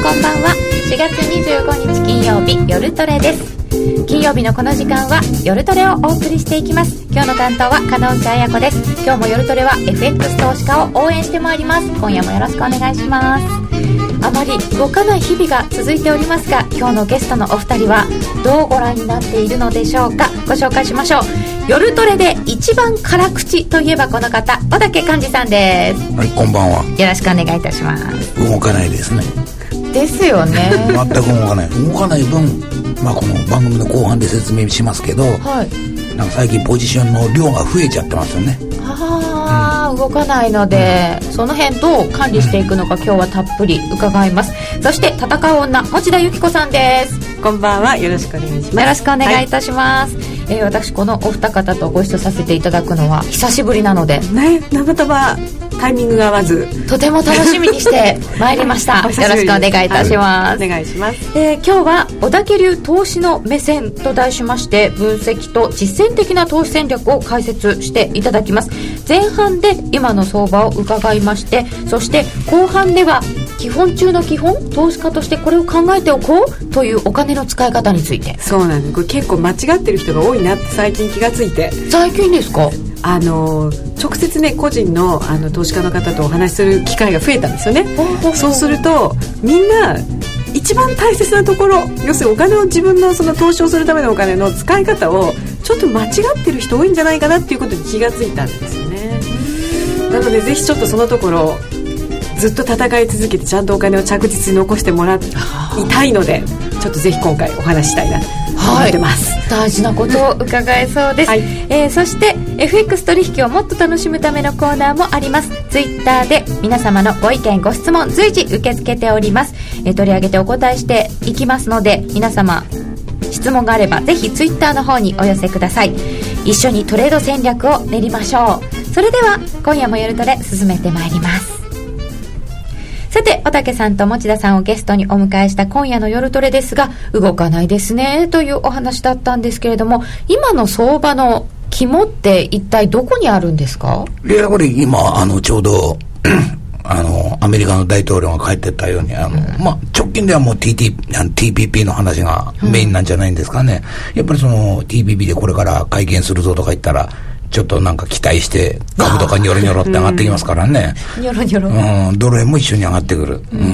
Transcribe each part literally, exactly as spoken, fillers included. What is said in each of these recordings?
こんばんは。しがつにじゅうごにち金曜日、夜トレです。金曜日のこの時間は夜トレをお送りしていきます。今日の担当は加納内彩子です。今日も夜トレは エフエックス 投資家を応援してまいります。今夜もよろしくお願いします。あまり動かない日々が続いておりますが、今日のゲストのお二人はどうご覧になっているのでしょうか。ご紹介しましょう。夜トレで一番辛口といえばこの方、小竹寛治さんです。 はい、こんばんは。 よろしくお願いいたします。 動かないですね。 ですよね。 全く動かない。動かない分、まあ、この番組の後半で説明しますけど、はい、なんか最近ポジションの量が増えちゃってますよね。 あ、うん、動かないので、うん、その辺どう管理していくのか、うん、今日はたっぷり伺います。そして戦う女、持田由紀子さんです。 こんばんは。よろしくお願いします。 よろしくお願いいたします。はい、えー、私このお二方とご一緒させていただくのは久しぶりなのでね、生々タイミングが合わずとても楽しみにしてまいりましたよろしくお願いいたします。 はい、お願いします。 えー、今日は小竹流投資の目線と題しまして、分析と実践的な投資戦略を解説していただきます。前半で今の相場を伺いまして、そして後半では基本中の基本、投資家としてこれを考えておこうというお金の使い方について。 そうなんです。これ結構間違ってる人が多いなって最近気がついて。 最近ですか？ あの直接ね、個人 の, あの投資家の方とお話しする機会が増えたんですよね。そうするとみんな一番大切なところ、要するにお金を、自分のその投資をするためのお金の使い方をちょっと間違ってる人多いんじゃないかなっていうことに気がついたんですよね。なのでぜひちょっとそのところをずっと戦い続けて、ちゃんとお金を着実に残してもらいたいので、ちょっとぜひ今回お話したいなと思ってます。 はい、大事なことを伺えそうです。はい、えー、そして エフエックス 取引をもっと楽しむためのコーナーもあります。ツイッターで皆様のご意見ご質問随時受け付けております。えー、取り上げてお答えしていきますので、皆様質問があればぜひツイッターの方にお寄せください。一緒にトレード戦略を練りましょう。それでは今夜も夜トレ進めてまいります。さて、小竹さんと持田さんをゲストにお迎えした今夜の夜トレですが、動かないですねというお話だったんですけれども、今の相場の肝って一体どこにあるんですか？ いや、これ今あのちょうどあのアメリカの大統領が帰ってったように、あの、うん、まあ、直近ではもう ティーティー、ティーピーピー の話がメインなんじゃないんですかね。うん、やっぱりその ティーピーピー でこれから会見するぞとか言ったら、ちょっとなんか期待して株とかニョロニョロって上がってきますからね。 うん、ニョロニョロ。 うん、ドル円も一緒に上がってくる。うん。うん、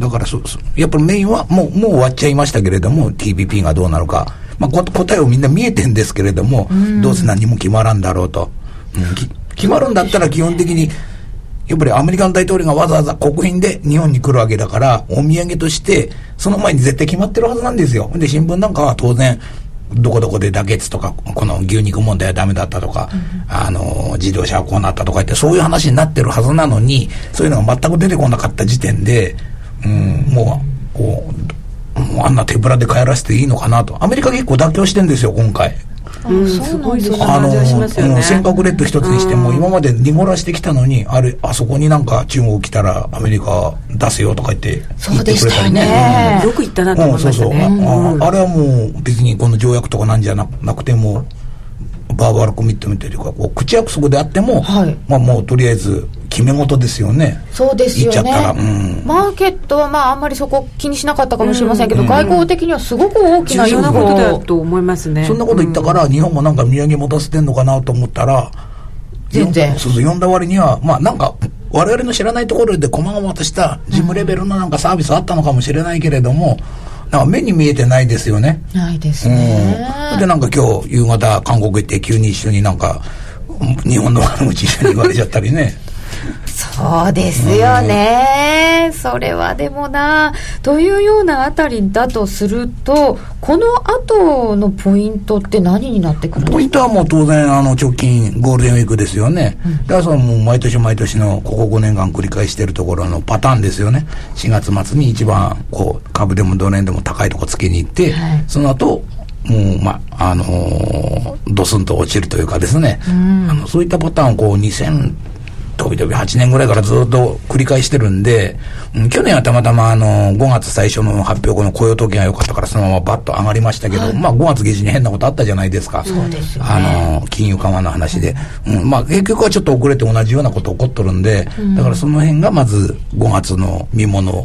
だからそ、やっぱりメインはもう、もう終わっちゃいましたけれども、ティーピーピー がどうなるか。まあ、答えをみんな見えてんですけれども、うん、どうせ何も決まらんだろうと。うん、き決まるんだったら基本的に、やっぱりアメリカの大統領がわざわざ国賓で日本に来るわけだから、お土産として、その前に絶対決まってるはずなんですよ。で、新聞なんかは当然、どこどこで妥結とか、この牛肉問題はダメだったとか、うん、あの自動車はこうなったとか言って、そういう話になってるはずなのに、そういうのが全く出てこなかった時点で、うん、もうこうもうあんな手ぶらで帰らせていいのかなと。アメリカ結構妥協してんですよ今回。 うん、すごいですね。 あの尖閣列島一つにしても今まで濁らしてきたのに、あれあそこになんか中国来たらアメリカ出せよとか言って言ってくれたりね。 うん、よく言ったなと思いましたね。 うん、そうそう、うん、あ, あれはもう別にこの条約とかなんじゃなくてもバーバラコミットメントというか、こう口約束であっても、はい、まあもうとりあえず決め事ですよね。 そうですよね。 言っちゃったら、うん、 マーケットはまああんまりそこ気にしなかったかもしれませんけど、うん、外交的にはすごく大きな重要なことだと思いますね。 そんなこと言ったから、うん、日本もなんか土産持たせてんのかなと思ったら、 全然そうそう、読んだ割にはまあなんか我々の知らないところで細々とした事務レベルのなんかサービスあったのかもしれないけれども、なんか目に見えてないですよね。 ないですね。 うん、でなんか今日夕方韓国行って急に一緒になんか日本の悪口一緒に言われちゃったりね。 そうですよね、うん、それはでもなというようなあたりだとすると、この後のポイントって何になってくるんですか？ ポイントはもう当然あの直近ゴールデンウィークですよね、うん、だからそのもう毎年毎年のここごねんかん繰り返しているところのパターンですよね。しがつ末に一番こう株でもドル円でも高いとこつけに行って、はい、その後もうまあのー、ドスンと落ちるというかですね、うん、あのそういったパターンをこうにせん飛び飛びはちねんぐらいからずっと繰り返してるんで、うん、去年はたまたまあのごがつ最初の発表後の雇用統計が良かったからそのままバッと上がりましたけど、はい、まあごがつ下旬に変なことあったじゃないですか。 そうですよね。 あの金融緩和の話で、うん、まあ結局はちょっと遅れて同じようなこと起こっとるんで、うん、だからその辺がまずごがつの見物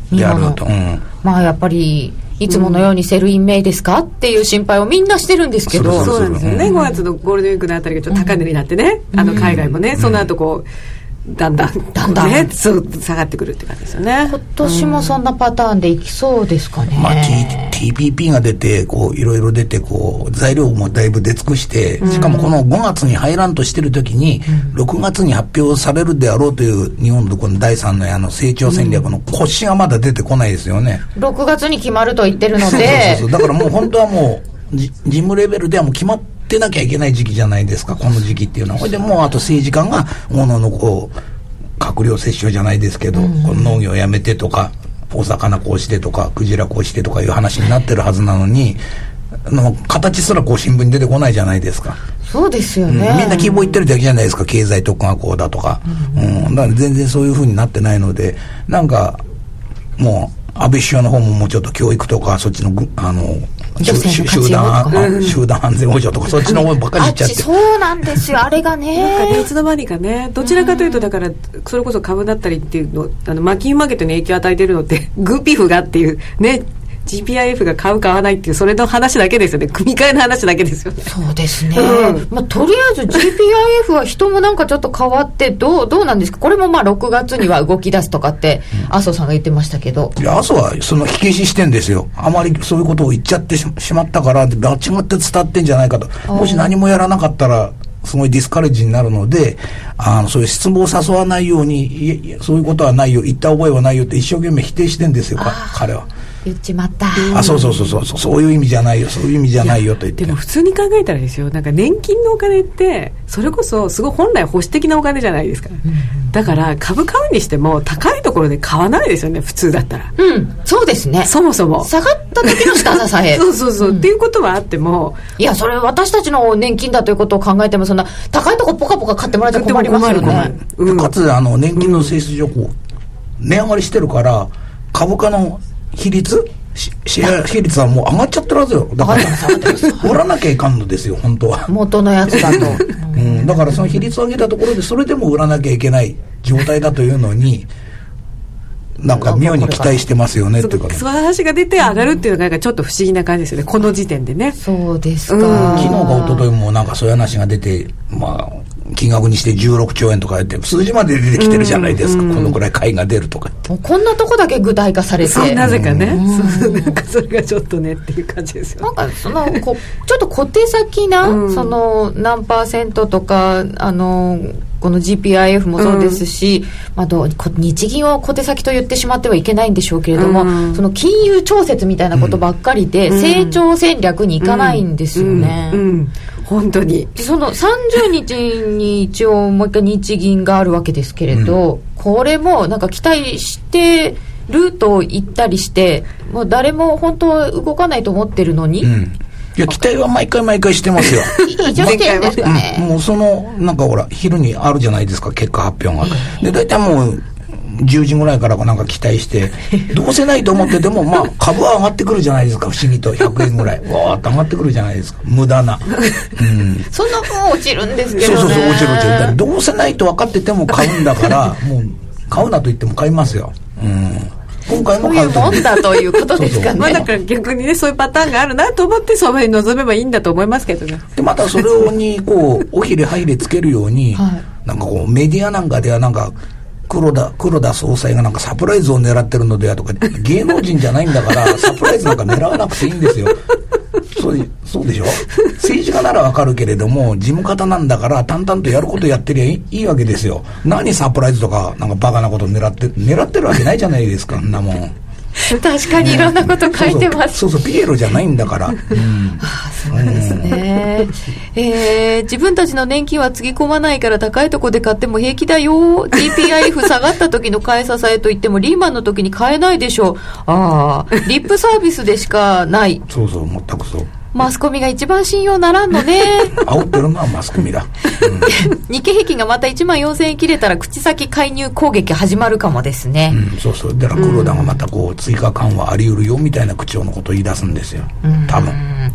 であると、うん、 まあやっぱりいつものようにセルインメイですか、うん、っていう心配をみんなしてるんですけど、 そうなんですよね、うん、ごがつのゴールデンウィークのあたりがちょっと高値になってね、うん、あの海外もね、うん、その後こうだんだんだんだん、ね、そう下がってくるって感じですよね。 今年もそんなパターンでいきそうですかね、 うんまあ、T、ティーピーピー が出てこういろいろ出てこう材料もだいぶ出尽くして、しかもこのごがつに入らんとしてる時に、うん、ろくがつに発表されるであろうという日本のこのだいさんのあの成長戦略の腰がまだ出てこないですよね、 うん、ろくがつに決まると言ってるのでそうそうそうだからもう本当はもう事務レベルではもう決まってなきゃいけない時期じゃないですか、この時期っていうのは。それでもうあと政治家がもののこう閣僚折衝じゃないですけど、うん、この農業やめてとかお魚こうしてとかクジラこうしてとかいう話になってるはずなのにの形すらこう新聞に出てこないじゃないですか。 そうですよね、 うん、みんな希望言ってるだけじゃないですか、経済特区がこうだとか、うんうん、だから全然そういう風になってないので、なんかもう安倍首相の方ももうちょっと教育とかそっちのあの集団、うん、集団安全保障とかそっちの方ばっかり言っちゃって、 そうなんですよあれがねなんかねいつの間にかねどちらかというとだからそれこそ株だったりっていうのあのマキンマーケットに影響を与えているのってグーピフがっていうねジーピーアイエフ が買う買わないっていうそれの話だけですよね、組み換えの話だけですよね。 そうですね、うんまあ、とりあえず ジーピーアイエフ は人もなんかちょっと変わってどう、どうなんですか。これもまあろくがつには動き出すとかって麻生さんが言ってましたけど、 いや麻生はその火消ししてんですよ。あまりそういうことを言っちゃってしまったから間違って伝わってんじゃないかと。もし何もやらなかったらすごいディスカレッジになるので、あのそういう失望を誘わないように、いいそういうことはないよ、言った覚えはないよって一生懸命否定してんですよ彼は。 言っちまった、 あそうそうそうそうそういう意味じゃないよそういう意味じゃないよと言って。 でも普通に考えたらですよ、なんか年金のお金ってそれこそすごい本来保守的なお金じゃないですか、うん、だから株買うにしても高いところで買わないですよね普通だったら。 うんそうですね、 そもそも下がった時の下支えそうそうそう、うん、っていうことはあっても、 いやそれ私たちの年金だということを考えてもそんな高いとこポカポカ買ってもらっちゃ困りますよね。 うん、かつあの年金の性質上こう値上がりしてるから株価の比率シェア比率はもう上がっちゃってるはずよ。だから売らなきゃいかんのですよ本当は元のやつだと、 うん、だからその比率を上げたところでそれでも売らなきゃいけない状態だというのになんか妙に期待してますよねっていうか、 その話が出て上がるっていうのがなんかちょっと不思議な感じですよねこの時点でね。 そうですか、うん、 昨日か一昨日もなんかそういう話が出て、まあ金額にしてじゅうろくちょうえんとかやって数字まで出てきてるじゃないですか、うん、このくらい買いが出るとかもうこんなとこだけ具体化されてなぜかね、うん、なんかそれがちょっとねっていう感じですよ、ね、 なんかそのこちょっと小手先な、うん、その何パーセントとかあのこの ジーピーアイエフ もそうですし、うんまあ、どう日銀を小手先と言ってしまってはいけないんでしょうけれども、うん、その金融調節みたいなことばっかりで成長戦略にいかないんですよね、 うんうんうん本当にそのさんじゅうにちに一応もう一回日銀があるわけですけれど、うん、これもなんか期待してルートを行ったりしてもう誰も本当は動かないと思ってるのに、うん、 いや期待は毎回毎回してますよ異常してるんですかね、 うん、もうそのなんかほら昼にあるじゃないですか結果発表が、で大体もうじゅうじぐらいからなんか期待してどうせないと思っててもまあ株は上がってくるじゃないですか不思議とひゃくえんぐらいわーっと上がってくるじゃないですか無駄な、 うん、そんな分落ちるんですけどね。 そうそうそう落ちる落ちるだからどうせないと分かってても買うんだからもう買うなと言っても買いますよ、うん今回も買うとそういうもんだということですかねそうそう、 まあ、だから逆にねそういうパターンがあるなと思ってそのに臨めばいいんだと思いますけどね。 でまたそれにこうおひれはひれつけるように、はい、なんかこうメディアなんかではなんか黒田黒田総裁がなんかサプライズを狙ってるのではとか芸能人じゃないんだからサプライズなんか狙わなくていいんですよそうそうでしょ政治家ならわかるけれども事務方なんだから淡々とやることやってりゃいい、いいわけですよ。何サプライズとかなんかバカなこと狙って狙ってるわけないじゃないですかんなもん確かにいろんなこと書いてます、 そうそう、そうそうピエロじゃないんだから、うん、 あそうですね、うんえー、自分たちの年金はつぎ込まないから高いとこで買っても平気だよ ジーピーアイエフ 下がった時の買い支えといってもリーマンの時に買えないでしょう。ああリップサービスでしかないそうそう全くそうマスコミが一番信用ならんのね煽ってるのはマスコミだ、 うん、日経平均がまたいちまんよんせんえん切れたら口先介入攻撃始まるかもですね、 うん、そうそうだから黒田がまたこう追加緩和あり得るよみたいな口調のことを言い出すんですよ多分。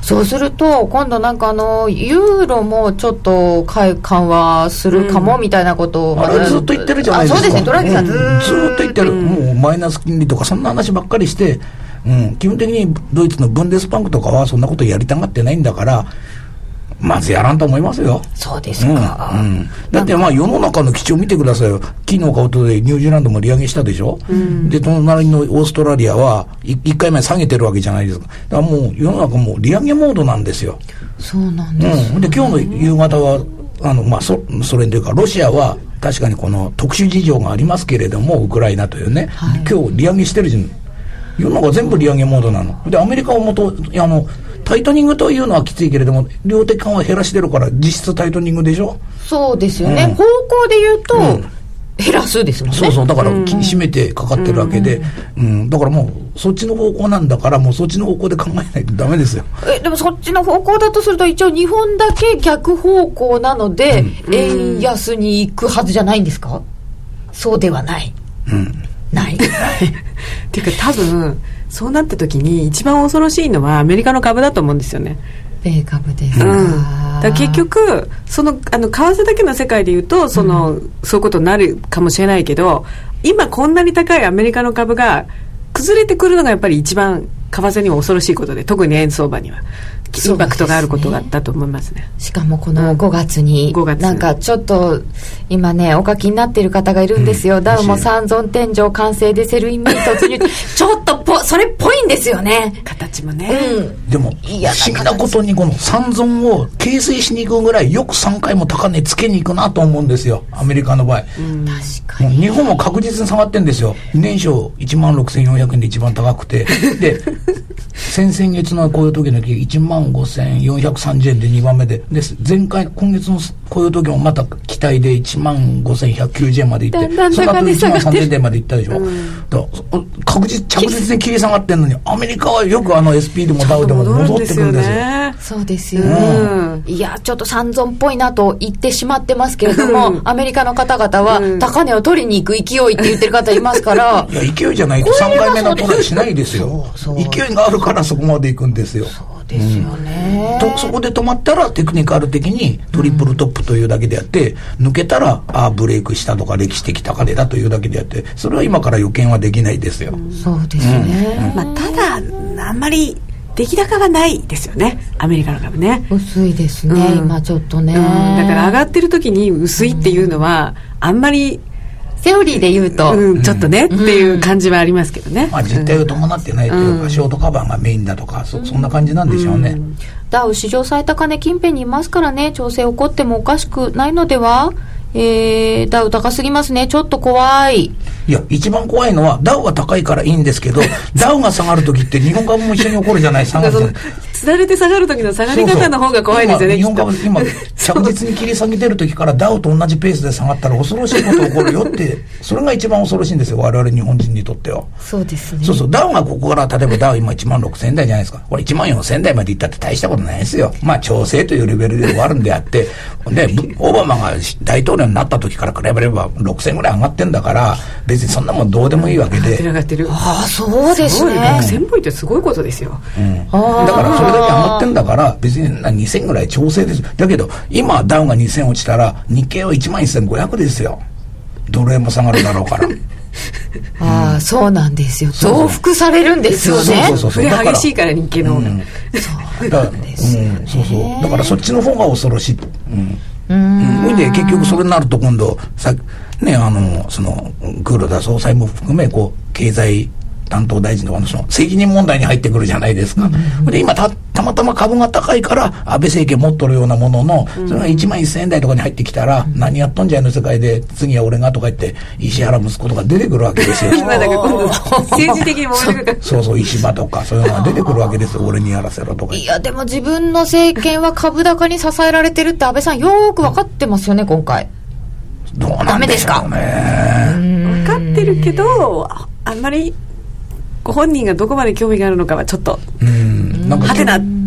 そうすると今度なんかあのユーロもちょっと緩和するかもみたいなことを、 うん、あれずっと言ってるじゃないですか。 そうですね、ドラギさんずーっと、 うん、ずっと言ってる、うん、もうマイナス金利とかそんな話ばっかりして、うん、基本的にドイツのブンデスバンクとかはそんなことやりたがってないんだからまずやらんと思いますよ。 そうですか、 うんうん、だってまあ世の中の基調見てくださいよ。昨日かおとといニュージーランドも利上げしたでしょ、うん、で隣のオーストラリアはいっかいめ下げてるわけじゃないですか。だからもう世の中もう利上げモードなんですよ。 そうなんです、ね、 うん、で今日の夕方はあの、まあ、そそれというかロシアは確かにこの特殊事情がありますけれどもウクライナというね、はい、今日利上げしてるじゃん。世の中全部利上げモードなので、アメリカはもとあのタイトニングというのはきついけれども量的緩和減らしてるから実質タイトニングでしょ。 そうですよね、うん、方向で言うと、うん、減らすですもんね。 そうそう、だから締めてかかってるわけで、うんうんうん、だからもうそっちの方向なんだからもうそっちの方向で考えないとダメですよ。 えでもそっちの方向だとすると一応日本だけ逆方向なので、うん、円安に行くはずじゃないんですか。そうではない、うんないっていうか多分そうなった時に一番恐ろしいのはアメリカの株だと思うんですよね。 米株ですか、 うん、だから結局そのあの為替だけの世界でいうとその、うん、そういうことになるかもしれないけど今こんなに高いアメリカの株が崩れてくるのがやっぱり一番為替には恐ろしいことで、特に円相場にはインパクトがあることだったと思いますね。 しかもこのごがつに、うん、なんかちょっと今ねお書きになっている方がいるんですよ、うん、ダウも三尊天井完成でセルインメイン突入ちょっとぽそれっぽいんですよね、 形もね、 うん、 でも不思議なことにこの三尊を形成しに行くぐらいよくさんかいも高値つけに行くなと思うんですよ、アメリカの場合、 うん、確かに日本も確実に下がってるんですよ。年初いちまんろくせんよんひゃくえんで一番高くてで先々月の雇用統計の時いちまんごせんよんひゃくさんじゅうえんでにばんめで、で前回今月の雇用統計もまた期待でいちまんごせんひゃくきゅうじゅうえんまでいって、 だんだんその後いちまんさんぜんえんまでいったでしょ、うん、だ確実着実に切り下がってるのにアメリカはよくあの エスピー でもダウでも戻ってくるんですよ。 そうですよね、うん、いやちょっと三尊っぽいなと言ってしまってますけれども、うん、アメリカの方々は高値を取りに行く勢いって言ってる方いますからいや勢いじゃないとさんかいめのトライしないですよそうそう勢いがあるからそこまで行くんですよ。 そうですよね、 うん、とそこで止まったらテクニカル的にトリプルトップというだけであって、うん、抜けたらあブレイクしたとか歴史的高値だというだけであってそれは今から予見はできないですよ、うん、 そうですね、 うんうんまあ、ただあんまり出来高がないですよねアメリカの株ね。 薄いですね、うん、今ちょっとね、うん、 だから上がってる時に薄いっていうのは、うん、あんまりセオリーで言うと、 うん、ちょっとね、うん、っていう感じはありますけどね、 まあ、実態を伴ってないというか、うん、ショートカバーがメインだとか そ, そんな感じなんでしょうね、うん、 ダウ史上最高値近辺にいますからね調整起こってもおかしくないのでは。えー、ダウ高すぎますねちょっと怖い。 いや一番怖いのはダウが高いからいいんですけどダウが下がるときって日本株も一緒に起こるじゃない下がるつられて下がるときの下がり方の方が怖いですよね。 日本株今着実に切り下げてるときからダウと同じペースで下がったら恐ろしいこと起こるよってそれが一番恐ろしいんですよ我々日本人にとっては。 そうですね。 そうそうダウがここから例えばダウ今いちまんろくせんえん台じゃないですか。これいちまんよんせん台までいったって大したことないですよ。まあ調整というレベルで終わるんであってでオバマが大統領になった時から比べればろくせんぐらい上がってんだから別にそんなもんどうでもいいわけで。 上がってる上がってる。 ああそうですね。 ろくせんポイントすごいことですよ、 うん、だからそれだけ上がってんだから別ににせんぐらい調整です。だけど今ダウがにせん落ちたら日経はいちまんせんごひゃくですよ。ドル円も下がるだろうからああ、うん、そうなんですよ。増幅されるんですよね。 そうそうそう。激しいから日経の方が、うん、 そうなんですね、 うん、そうそうだからそっちの方が恐ろしい。うんうんうん、で結局それになると今度さねあのその黒田総裁も含めこう経済担当大臣とかのその責任問題に入ってくるじゃないですか、うんうん、で今 た, たまたま株が高いから安倍政権持っとるようなものの、うん、それがいちまんせんえん台とかに入ってきたら、うん、何やっとんじゃいの世界で次は俺がとか言って石原息子とか出てくるわけですよ今だけ今度政治的に戻るからそうそう石破とかそういうのが出てくるわけですよ俺にやらせろとか。 いやでも自分の政権は株高に支えられてるって安倍さんよーく分かってますよね今回。 どうなんでしょうね。 分かってるけどあんまりご本人がどこまで興味があるのかはちょっとうんなんかはてな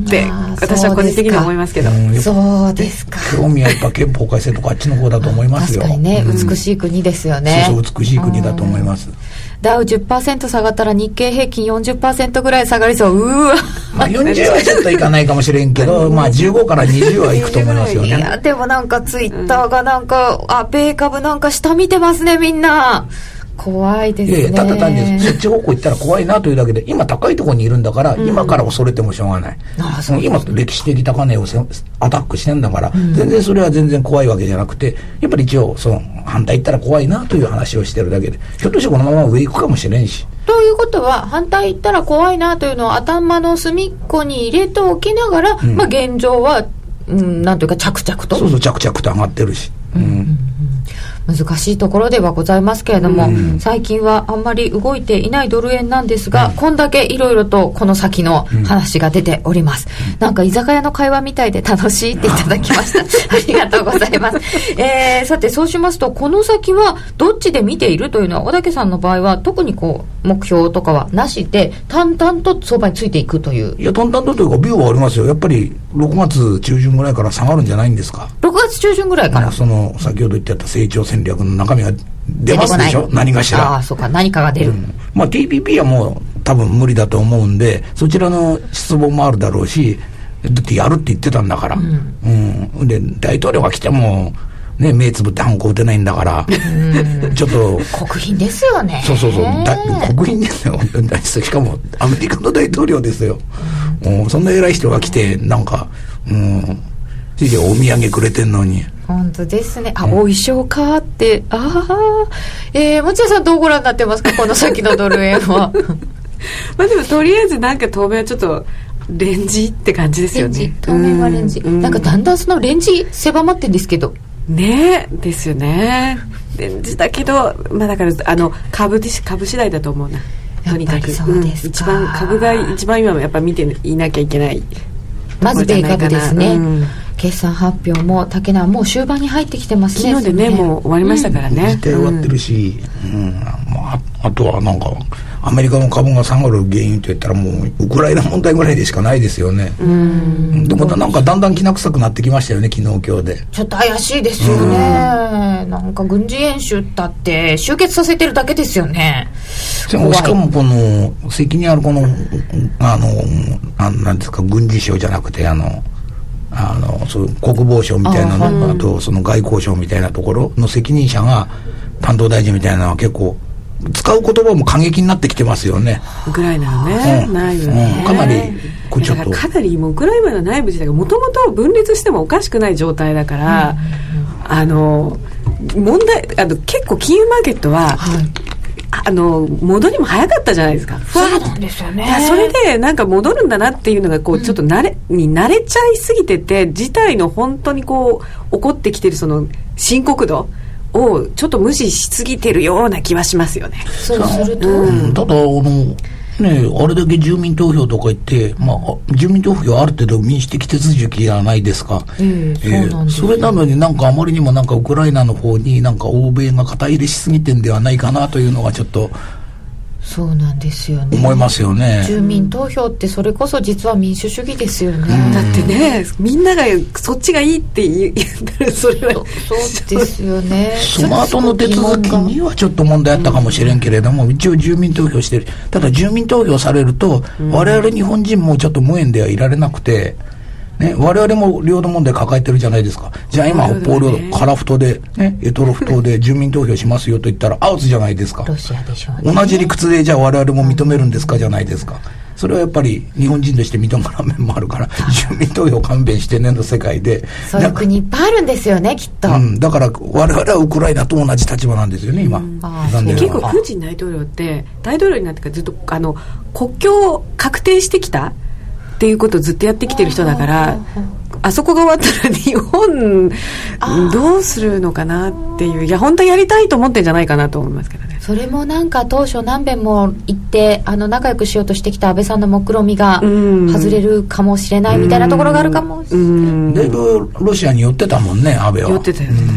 って私は個人的には思いますけど。 そうですか。 興味はやっぱ憲法改正とかあっちの方だと思いますよ。 確かにね、うん、美しい国ですよね。 そうそう美しい国だと思います。 ダウ じゅっパーセント 下がったら日経平均 よんじゅっパーセント ぐらい下がりそう。うわ、 まあ、よんじゅうはちょっといかないかもしれんけどまあじゅうごからにじゅうはいくと思いますよね。 いやでもなんかツイッターがなんか、うん、あ米株なんか下見てますねみんな。怖いですね。いやいやただ単にそっち方向行ったら怖いなというだけで今高いところにいるんだから、うん、今から恐れてもしょうがない。ああそう今歴史的高値をアタックしてんだから、うん、全然それは全然怖いわけじゃなくてやっぱり一応その反対行ったら怖いなという話をしてるだけでひょっとしてこのまま上行くかもしれんし。 ということは反対行ったら怖いなというのを頭の隅っこに入れておきながら、うん、まあ現状は、うん、なんというか着々とそうそう着々と上がってるし、うんうんうん難しいところではございますけれども、うん、最近はあんまり動いていないドル円なんですが、うん、こんだけいろいろとこの先の話が出ております、うん、なんか居酒屋の会話みたいで楽しいっていただきましたありがとうございます、えー、さてそうしますとこの先はどっちで見ているというのは小竹さんの場合は特にこう目標とかはなしで淡々と相場についていくという。 いや淡々とというかビューはありますよ。やっぱりろくがつ中旬ぐらいから下がるんじゃないんですか。 ろくがつ中旬ぐらいから、 その先ほど言ってた成長戦略の中身が出ますでしょ。何かしら。 ああそうか何かが出る、うん、 まあ ティーピーピー はもう多分無理だと思うんでそちらの失望もあるだろうしだってやるって言ってたんだから、うんうん、で大統領が来てもね、目つぶってハンコ打てないんだからちょっと国賓ですよね。 そうそうそうだ国賓ですよしかもアメリカの大統領ですよ、うん、そんな偉い人が来てなんかうんそれでお土産くれてんのに本当ですね。あ、うん、お衣装かってああ、えー、持田さんどうご覧になってますかこの先のドル円はまあでもとりあえずなんか当面はちょっとレンジって感じですよね。 当面はレンジ、うん、なんかだんだんそのレンジ狭まってんですけどねえですよね。レンジだけどまあだからあの株で株次第だと思うな。とにかくそうですか、 うん、一番株が一番今やっぱ見ていなきゃいけない。 まず米株ですね、うん、決算発表も竹縄もう終盤に入ってきてますね。 昨日でねもう終わりましたからね、 うん、終わってるし、うんうんまあ、あとはなんかアメリカの株が下がる原因といったらもうウクライナ問題ぐらいでしかないですよね。うんでもなんかだんだんきな臭くなってきましたよね昨日今日で。 ちょっと怪しいですよね。なんか軍事演習だって終結させてるだけですよね。 しかもこの責任あるこのあのあなんですか軍事省じゃなくてあのあのそう国防省みたいなの あ, あとその外交省みたいなところの責任者が担当大臣みたいなのは結構使う言葉も過激になってきてますよね。 ウクライナのね、うん、内部ね、 うん、かなりこちょっとかなりもうウクライナの内部自体がもともと分裂してもおかしくない状態だから、うん、あの問題あの結構金融マーケットは、はい、あの戻りも早かったじゃないですか。 そうなんですよね。 それでなんか戻るんだなっていうのがこうちょっと慣れ、うん、に慣れちゃいすぎてて事態の本当にこう起こってきてるその深刻度をちょっと無視しすぎてるような気はしますよね。 そうすると、 うん、ただあのねあれだけ住民投票とか言って、まあ、住民投票はある程度民主的手続きがないですか、 えーえー、そうなんですね。 それなのになんかあまりにもなんかウクライナの方になんか欧米が肩入れしすぎてんではないかなというのがちょっとそうなんですよね。 思いますよね。 住民投票ってそれこそ実は民主主義ですよね。 だってねみんながそっちがいいって言ったらそれはそそうですよね。 その後の手続きにはちょっと問題あったかもしれんけれども、うん、一応住民投票してる。ただ住民投票されると、うん、我々日本人もちょっと無縁ではいられなくてね、我々も領土問題抱えてるじゃないですか。じゃあ今北方領土、樺太で、ね、択捉島で住民投票しますよと言ったらアウトじゃないですか。 ロシアでしょうね。 同じ理屈でじゃあ我々も認めるんですかじゃないですか。それはやっぱり日本人として認めら面もあるから住民投票勘弁してねの世界でそういう国いっぱいあるんですよねきっと、 うん、だから我々はウクライナと同じ立場なんですよね今、うん、 結構プーチン大統領って大統領になってからずっとあの国境を確定してきたっていうことをずっとやってきてる人だからあそこが終わったら日本どうするのかなっていういや本当にやりたいと思ってんじゃないかなと思いますけどね。 それもなんか当初何遍も言ってあの仲良くしようとしてきた安倍さんの目論見が外れるかもしれないみたいなところがあるかもしれない。 だいぶロシアに寄ってたもんね安倍は。 寄ってたよね。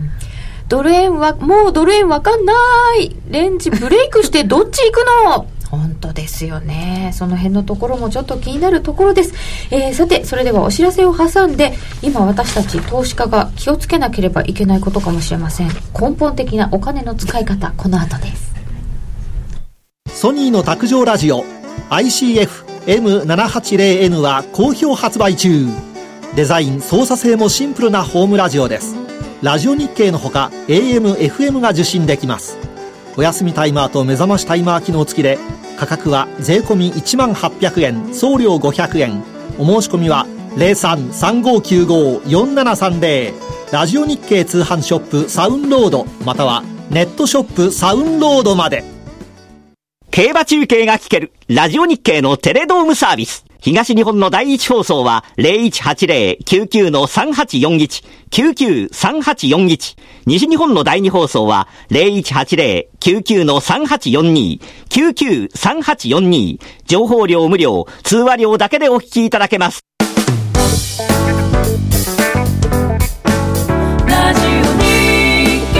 ドル円はもうドル円わかんないレンジブレイクしてどっち行くの本当ですよね。その辺のところもちょっと気になるところです。えー、さてそれではお知らせを挟んで、今私たち投資家が気をつけなければいけないことかもしれません。根本的なお金の使い方、この後です。 ソニーの卓上ラジオ アイシーエフエムななはちゼロエヌ は好評発売中。デザイン操作性もシンプルなホームラジオです。ラジオ日経のほか エーエム、エフエム が受信できます。お休みタイマーと目覚ましタイマー機能付きで、価格は税込みいちまんはっぴゃくえん、送料ごひゃくえん。お申し込みは ゼロさん さんごきゅうご よんななさんゼロ ラジオ日経通販ショップサウンロード、またはネットショップサウンロードまで。 競馬中継が聞けるラジオ日経のテレドームサービス。東日本の第一放送は ゼロいちはちゼロ きゅうきゅう さんはちよんいち きゅうきゅう さんはちよんいち。西日本の第二放送は ゼロいちはちゼロ きゅうきゅう さんはちよんに きゅうきゅう さんはちよんに。情報量無料、通話料だけでお聞きいただけます。ラジオ日経。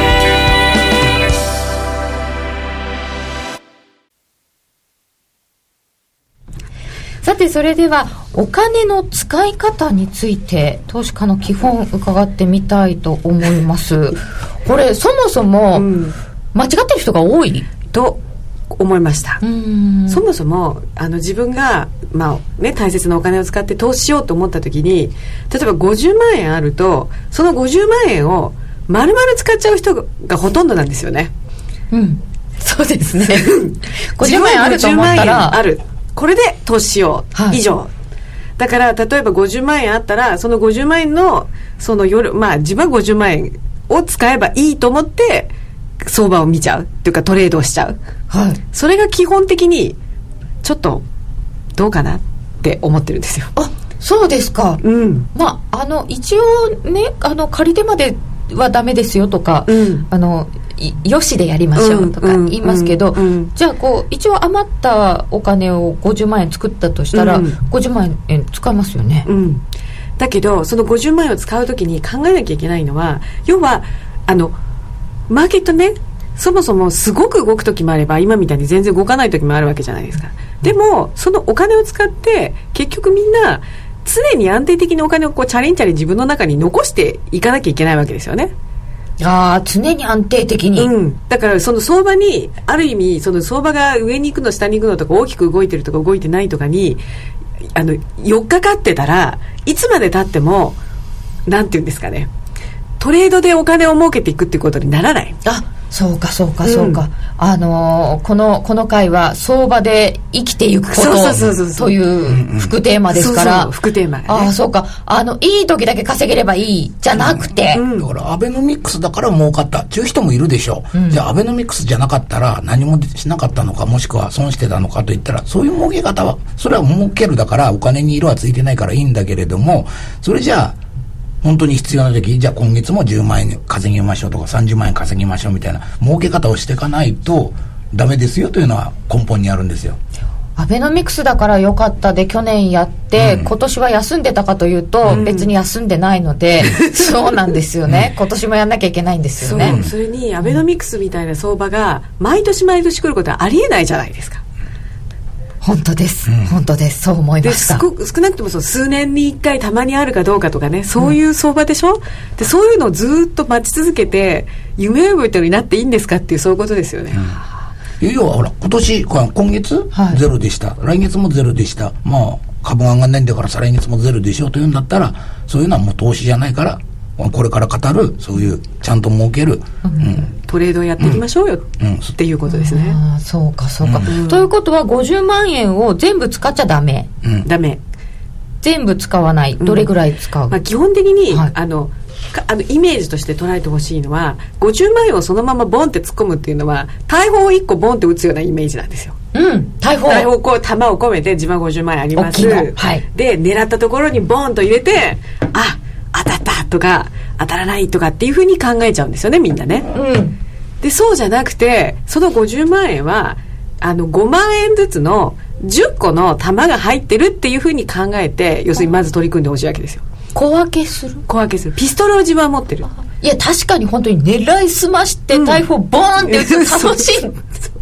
さてそれではお金の使い方について投資家の基本伺ってみたいと思います。これそもそも間違ってる人が多いと思いました。うーん、そもそもあの自分が、まあね、大切なお金を使って投資しようと思った時に、例えばごじゅうまんえんあるとそのごじゅうまんえんを丸々使っちゃう人がほとんどなんですよね。 うん、そうですね。ごじゅうまんえんあると思ったらある、これで投資しよう、はい、以上。だから例えばごじゅうまんえんあったらそのごじゅうまんえんのその夜、まあ自分はごじゅうまんえんを使えばいいと思って相場を見ちゃうっていうかトレードをしちゃう、はい、それが基本的にちょっとどうかなって思ってるんですよ。 あ、そうですか。うん、まああの一応ね、あの借り手まではダメですよとか、うん、あのよしでやりましょうとか言いますけど、うんうんうん、じゃあこう一応余ったお金をごじゅうまんえん作ったとしたら、うん、ごじゅうまんえん使いますよね、うん、 だけどそのごじゅうまんえんを使うときに考えなきゃいけないのは、要はあのマーケットね、そもそもすごく動くときもあれば今みたいに全然動かないときもあるわけじゃないですか。でもそのお金を使って結局みんな常に安定的にお金をこうチャレンチャレン自分の中に残していかなきゃいけないわけですよね。 あ、常に安定的に、 うん、だからその相場にある意味その相場が上に行くの下に行くのとか大きく動いてるとか動いてないとかにあのよっかかってたらいつまで経ってもなんていうんですかね、トレードでお金を儲けていくっていうことにならない。 あ、そうかそうかそうか、うん、あのー、このこの回は相場で生きていくことという副テーマですから、そうそう副テーマ、ね、 あ、そうか、あのいい時だけ稼げればいいじゃなくて、 うん、だからアベノミクスだから儲かったっていう人もいるでしょう、うん、じゃあアベノミクスじゃなかったら何もしなかったのか、もしくは損してたのかといったら、そういう儲け方はそれは儲けるだからお金に色はついてないからいいんだけれども、それじゃあ本当に必要な時、じゃあ今月もじゅうまんえん稼ぎましょうとかさんじゅうまんえん稼ぎましょうみたいな儲け方をしていかないとダメですよというのは根本にあるんですよ。 アベノミクスだから良かったで去年やって、うん、今年は休んでたかというと、うん、別に休んでないので、うん、そうなんですよね、うん、今年もやんなきゃいけないんですよね。 そう、それにアベノミクスみたいな相場が毎年毎年来ることはありえないじゃないですか。 本当です、うん、本当です、そう思いました。 で 少, 少なくともそう数年にいっかいたまにあるかどうかとかね、そういう相場でしょ、うん、でそういうのをずっと待ち続けて夢追い人になっていいんですかっていう、そういうことですよね、 うん、要はほら今年今月、はい、ゼロでした、来月もゼロでした、まあ株が上がんないんだから再来月もゼロでしょうというんだったら、そういうのはもう投資じゃないからこれから語るそういうちゃんと儲ける、うんうん、 トレードをやっていきましょうよ、うん、っていうことですね。 あ、そうかそうか、うん、ということはごじゅうまんえんを全部使っちゃダメ、 うん、ダメ、 全部使わない、どれぐらい使う、うん、 まあ、基本的に、はい、あのあのイメージとして捉えてほしいのは、ごじゅうまんえんをそのままボンって突っ込むっていうのは大砲をいっこボンって打つようなイメージなんですよ。 うん、大砲大砲こう弾を込めて自分はごじゅうまんえんあります、はい、で狙ったところにボンと入れて、あ、当たったとか当たらないとかっていう風に考えちゃうんですよね、みんなね、うん、でそうじゃなくて、そのごじゅうまんえんはあのごまんえんずつのじゅっこの弾が入ってるっていう風に考えて、要するにまず取り組んでほしいわけですよ。 小分けする小分けするピストルを自分は持ってる。 いや確かに本当に狙いすまして大砲ボーンって打つと楽しい、うん、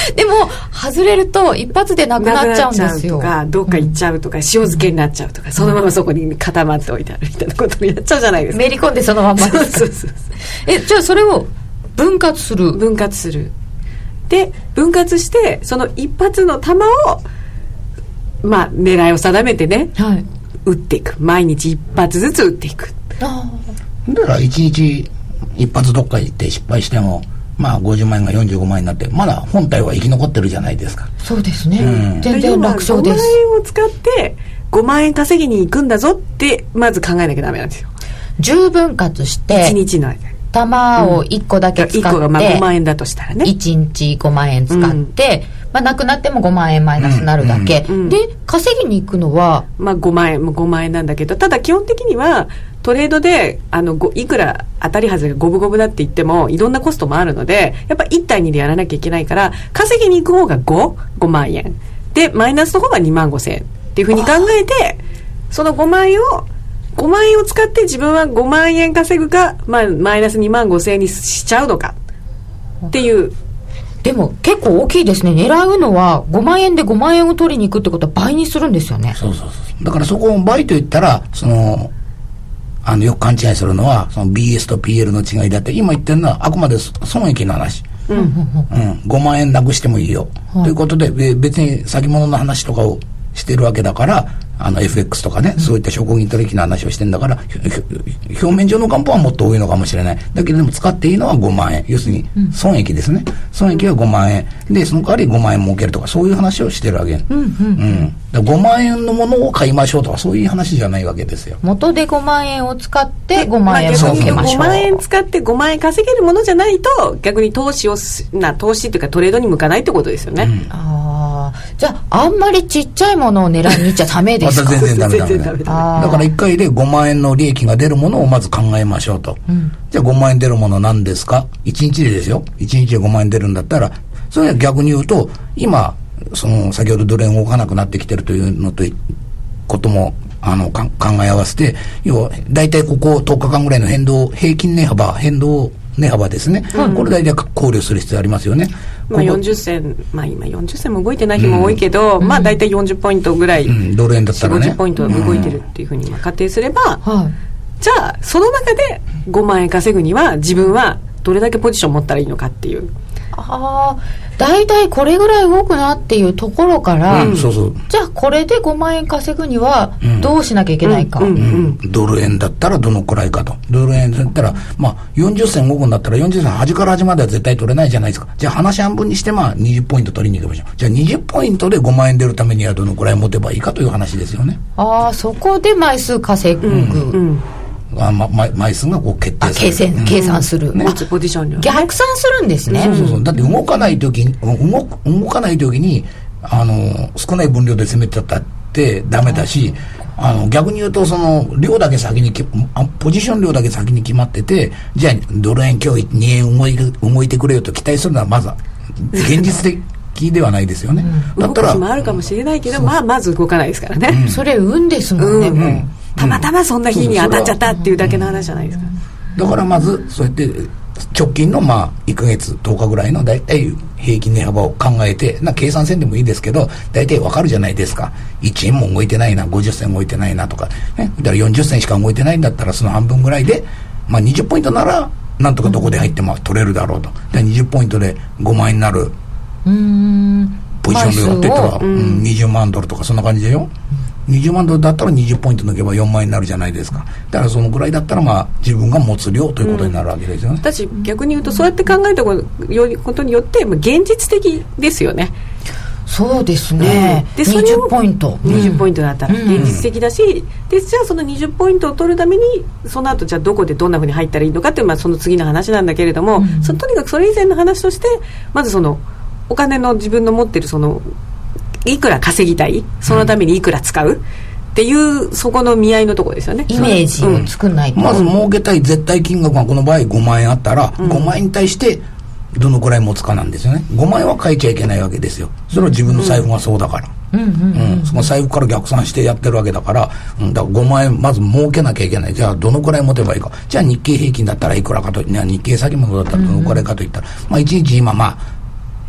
でも外れると一発でなくなっちゃうんですよ。 なくなっちゃうとかどっか行っちゃうとか、うん、塩漬けになっちゃうとか、そのままそこに固まっておいてあるみたいなことになっちゃうじゃないですか。 めり込んでそのままですか。そうそうそう。え、じゃあそれを分割する分割するで分割してその一発の球をまあ狙いを定めてね、はい、打っていく。毎日一発ずつ打っていく。 あだから一日一発どっか行って失敗してもまあごじゅうまん円がよんじゅうごまん円になってまだ本体は生き残ってるじゃないですか。 そうですね、うん、全然楽勝です。 ごまん円を使ってごまん円稼ぎに行くんだぞってまず考えなきゃダメなんですよ。 じゅう分割していちにちの間に玉をいっこだけ使って、うん、いっこがまあごまん円だとしたらねいちにちごまん円使って、うんまあ、なくなってもごまん円マイナスになるだけ、うんうん、で稼ぎに行くのは、 まあ、ごまん円もごまん円なんだけど、ただ基本的にはトレードであのいくら当たり外れが五分五分だって言ってもいろんなコストもあるので、やっぱいち対にでやらなきゃいけないから稼ぎに行く方がご、ごまん円でマイナスの方がにまんごせんえんっていうふうに考えて、そのごまん円をごまん円を使って自分はごまん円稼ぐか、まあ、マイナスにまんごせんえんにしちゃうのかっていう。 でも結構大きいですね。狙うのはごまん円でごまん円を取りに行くってことは倍にするんですよね。 そうそうそう。だからそこを倍と言ったらそのあのよく勘違いするのはその ビーエス と ピーエル の違いだって、今言ってるのはあくまで損益の話、うんうん、ごまん円なくしてもいいよ、はい、ということで別に先物の話とかをしてるわけだから、あの エフエックス とかね、うん、そういった証拠銀取引の話をしてんだから、表面上の元本はもっと多いのかもしれない。だけどでも使っていいのはごまん円、要するに損益ですね、うん、損益はごまん円でその代わりごまん円儲けるとか、そういう話をしてるわけ、うんうんうん、だごまん円のものを買いましょうとかそういう話じゃないわけですよ。 元でごまん円を使ってごまん円儲けましょう。 ごまん円使ってごまん円稼げるものじゃないと逆に投資をな投資というかトレードに向かないってことですよね、うん、 あじゃああんまりちっちゃいものを狙いに行っちゃダメですか。 また全然ダメダメダメだからいっかいでごまん円の利益が出るものをまず考えましょうと、うん、じゃあごまん円出るもの何ですか。いちにちでですよ。いちにちでごまん円出るんだったら、それは逆に言うと今その先ほどドル円動かなくなってきてるというのとこともあのか考え合わせて、要は大体こことおかかんぐらいの変動平均値幅変動値幅ですね、うん、これ大体考慮する必要ありますよね。 まあ、よんじゅっ銭、まあ、今よんじゅっ銭も動いてない日も多いけど、うん、まあ大体よんじゅっポイントぐらい、うん、 ドル円だったらねよんじゅっポイント動いてるっていうふうに仮定すれば、うん、じゃあその中でごまん円稼ぐには自分はどれだけポジション持ったらいいのかっていう。 ああ、大体これぐらい動くなっていうところから、うん、そうそうじゃあこれでごまん円稼ぐにはどうしなきゃいけないか、うんうんうんうん、ドル円だったらどのくらいかと。ドル円だったら、まあ、よんじゅっ銭動くんだったらよんじゅっ銭端から端までは絶対取れないじゃないですか。じゃあ話半分にしてまあにじゅうポイント取りに行きましょう。じゃあにじゅうポイントでごまん円出るためにはどのくらい持てばいいかという話ですよね。 ああ、そこで枚数稼ぐ、うんうんあま、枚数がこう決定する、 計算、計算する、 ね、持つポジションには、ね、 逆算するんですね。 そうそうそう。だって動かない時に動く動かない時にあの少ない分量で攻めてたってダメだし、あの逆に言うとその量だけ先にポジション量だけ先に決まってて、じゃあドル円今日にえん動い動いてくれよと期待するのはまず現実的ではないですよね、 うん、だったら動く日もあるかもしれないけど、まあまず動かないですからね、 うん、それ運ですもんね、うん、もうたまたまそんな日に当たっちゃったっていうだけの話じゃないですか。 だからまずそうやって直近のまあいっかげつとおかぐらいのだいたい平均値幅を考えて、な計算せんでもいいですけどだいたいわかるじゃないですか。いちえんも動いてないな、ごじゅっ銭動いてないなとか、ね、だからよんじゅっ銭しか動いてないんだったらその半分ぐらいで、まあ、にじゅうポイントならなんとかどこで入っても取れるだろうと。でにじゅうポイントでごまん円になるうーんポジション量って言ったら、うん、にじゅうまんドルとかそんな感じでよ。にじゅうまんドルだったらにじゅうポイント抜けばよんまん円になるじゃないですか。だからそのぐらいだったらまあ自分が持つ量ということになるわけですよね、うん、 私逆に言うとそうやって考えたことによって現実的ですよね。 そうですね、うん、でそれをにじゅうポイントにじゅうポイントだったら現実的だし、うん、でじゃあそのにじゅうポイントを取るためにその後じゃあどこでどんなふうに入ったらいいのかっていう、まあ、その次の話なんだけれども、うん、そのとにかくそれ以前の話としてまずそのお金の自分の持ってるそのいくら稼ぎたい、そのためにいくら使うっていう、うん、そこの見合いのところですよね。 イメージを作んないと、 うん、まず儲けたい絶対金額がこの場合ごまん円あったら、うん、ごまん円に対してどのくらい持つかなんですよね。ごまん円は変えちゃいけないわけですよ。それは自分の財布がそうだから、うんうんうんうん、その財布から逆算してやってるわけだから、うん、だからごまん円まず儲けなきゃいけない。じゃあどのくらい持てばいいか。じゃあ日経平均だったらいくらかと、日経先物だったらどのくらいかといったら、うんうん、まあいちにち今まあ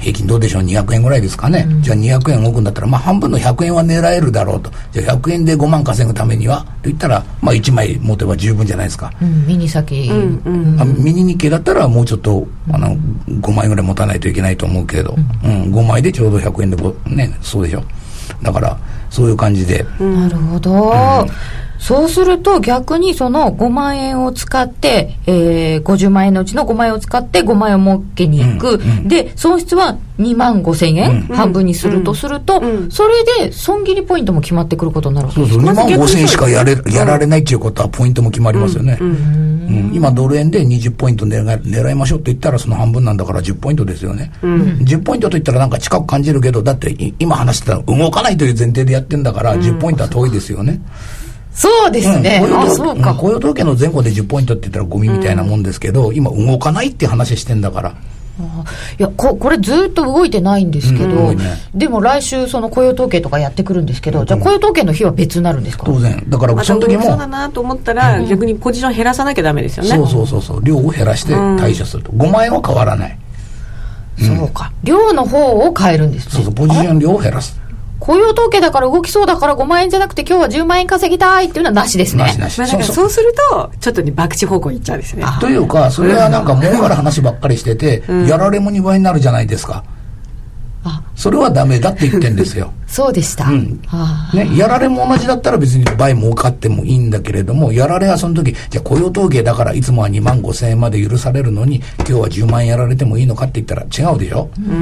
平均どうでしょう、にひゃくえんぐらいですかね、うん、じゃあにひゃくえん動くんだったら、まあ、半分のひゃくえんは狙えるだろうと。じゃあひゃくえんでごまん稼ぐためにはと言ったら、まあ、いちまい持てば十分じゃないですか、 うん、ミニ先、うんうん、ミニ日経だったらもうちょっとあのごまいぐらい持たないといけないと思うけれど、うんうん、ごまいでちょうどひゃくえんでご、ね、そうでしょ。だからそういう感じで、 うん、なるほど、うん、そうすると逆にそのごまんえんを使って、えー、ごじゅうまんえんのうちのごまんえんを使ってごまんえんを儲けに行く、うんうん、で損失はにまんごせんえん、うん、半分にするとすると、うん、それで損切りポイントも決まってくることになるわけですか。 そうそう、にまんごせんえんしかやれ、やられないっていうことはポイントも決まりますよね、うんうんうん、今ドル円でにじゅうポイント狙い、狙いましょうって言ったらその半分なんだからじゅうポイントですよね、うん、じゅうポイントと言ったらなんか近く感じるけど、だって今話してた動かないという前提でやってんだから、うん、じゅうポイントは遠いですよね。 そうですね、 うん、あ、そうか、雇用統計の前後でじゅうポイントって言ったらゴミみたいなもんですけど、うん、今動かないって話してんだから。 あ、いや こ, これずっと動いてないんですけど、うんね、でも来週その雇用統計とかやってくるんですけど、うん、じゃあ雇用統計の日は別になるんですか。 当然だからその時も、 ま、そうだなと思ったら、うん、逆にポジション減らさなきゃダメですよね。 そうそうそうそう、量を減らして対処すると、うん、ごまんえんは変わらない、 うん、そうか、量の方を変えるんですね。 そうそう、ポジション量を減らす。 雇用統計だから動きそうだからごまんえんじゃなくて今日はじゅうまんえん稼ぎたいっていうのはなしですね。 なしなし、 まあ、だからそうするとちょっとね博打方向に行っちゃうんですね。 というかそれはなんか儲かる話ばっかりしてて、うん、やられもにばいになるじゃないですか。あ、それはダメだって言ってんですよそうでした、うんね、やられも同じだったら別に倍儲かってもいいんだけれども、やられはその時じゃあ雇用統計だからいつもはにまんごせんえんまで許されるのに今日はじゅうまんえんやられてもいいのかって言ったら違うでしょ、うんうん、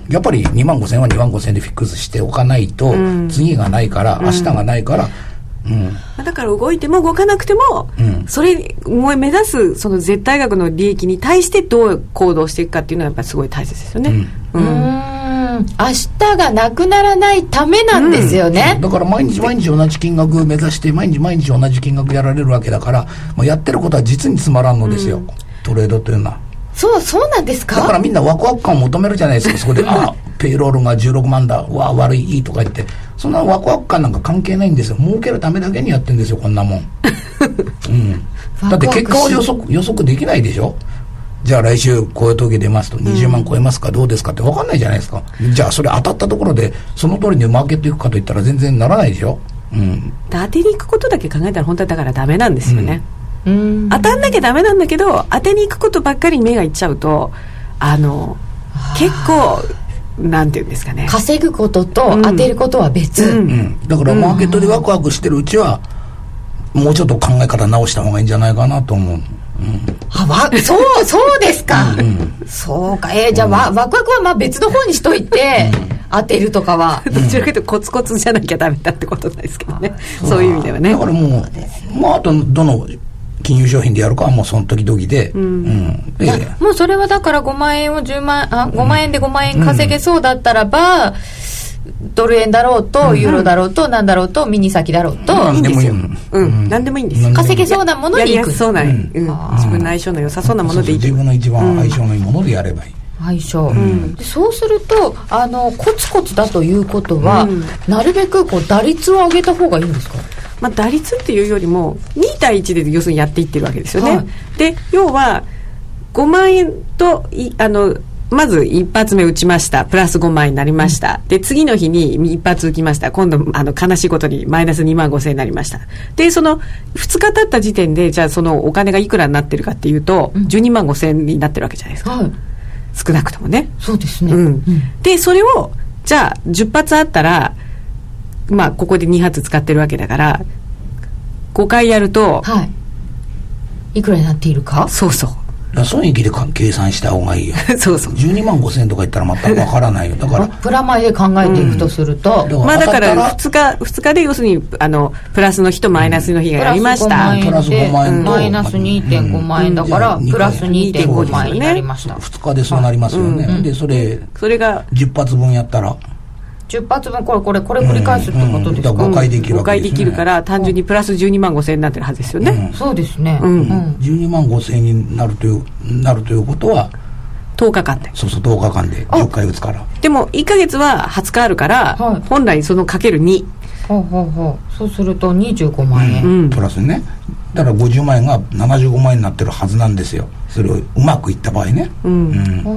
やっぱりにまんごせんえんはにまんごせんえんでフィックスしておかないと、うん、次がないから明日がないから、うんうん、 だから動いても動かなくても、うん、それを目指すその絶対額の利益に対してどう行動していくかっていうのはやっぱりすごい大切ですよね、うんうん、 明日がなくならないためなんですよね、 うん、だから毎日毎日同じ金額目指して毎日毎日同じ金額やられるわけだから、もうやってることは実につまらんのですよ、うん、トレードというのは。 そうそうなんですか。 だからみんなワクワク感を求めるじゃないですかそこであペイロールがじゅうろくまんだ、わ悪いいいとか言って、そんなワクワク感なんか関係ないんですよ。儲けるためだけにやってるんですよこんなもん、うん、だって結果を予測予測できないでしょ。じゃあ来週雇用統計出ますとにじゅうまん超えますか、どうですかって分かんないじゃないですか。じゃあそれ当たったところでその通りにマーケットいくかといったら全然ならないでしょ、うん、 当てに行くことだけ考えたら本当はだからダメなんですよね、うん、当たんなきゃダメなんだけど当てに行くことばっかりに目がいっちゃうとあの結構なんていうんですかね、 稼ぐことと当てることは別、うんうん、だからマーケットでワクワクしてるうちは、うん、もうちょっと考え方直した方がいいんじゃないかなと思う、うん、 あわそうそうですか、うんうん、そうか、えー、じゃあ、うん、ワクワクはまあ別の方にしといて、うん、当てるとかはどちらかというとコツコツじゃなきゃダメだってことなんですけどね、うん、そういう意味ではね。 だからもう、まあ、あとどの金融商品でやるかはもうその時々で、うんうん、 でもうそれはだからごまんえんをじゅうまんあごまんえんでごまんえん稼げそうだったらば、うん、ドル円だろうとユーロだろうと何だろうとミニ先だろうと、 うん、いいんですよ、うん、何でもいいんですよ。 稼げそうなものに行く、 やりやすそうな、うんうん、自分の相性の良さそうなものでいい、 自分の一番相性のいいものでやればいい、 相性、うん、そうするとあのコツコツだということは、うん、なるべくこう打率を上げた方がいいんですか。 まあ、打率っていうよりもに対いちで要するにやっていってるわけですよね、はい、で要はごまんえんといあのまず一発目打ちました、プラスごまんえんになりました、うん、で次の日に一発打ちました、今度あの悲しいことにマイナスにまんごせんえんになりました。でそのふつか経った時点でじゃあそのお金がいくらになってるかっていうと、うん、じゅうにまんごせんえんになってるわけじゃないですか、はい、少なくともね。 そうですね、 うんうん、でそれをじゃあじゅっぱつあったらまあここでにはつ使ってるわけだからごかいやると、 はい、いくらになっているか。 そうそう損益で計算した方がいいよそうそうじゅうにまんごせんえんとか言ったら全くわからないよ。だからプラマイで考えていくとすると、 うん、まあだからふつかふつかで要するにあのプラスの日とマイナスの日がやりました、 プラスごまんえんとマイナス にてんごまんえんだから、うん、プラス にてんごまんえんになりました。 ふつかでそうなりますよね、うん、でそれそれがじゅっぱつぶんやったらじゅっぱつぶんこれこれこれ繰り返すってことですか、 うんうん、ごかいできるわけですね。 ごかいできるから単純にプラスじゅうにまんごせんえんになってるはずですよね、 うん、そうですね、 うんうん、 じゅうにまんごせんえんになるというなるということはとおかかんでそうそうとおかかんでじゅっかい打つから。 でもいっかげつははつかあるから、はい、本来そのかけるに、 ほうほうほう、そうするとにじゅうごまんえん、 うん、プラスねだからごじゅうまんえんがななじゅうごまんえんになってるはずなんですよ。それをうまくいった場合ね、うんうん、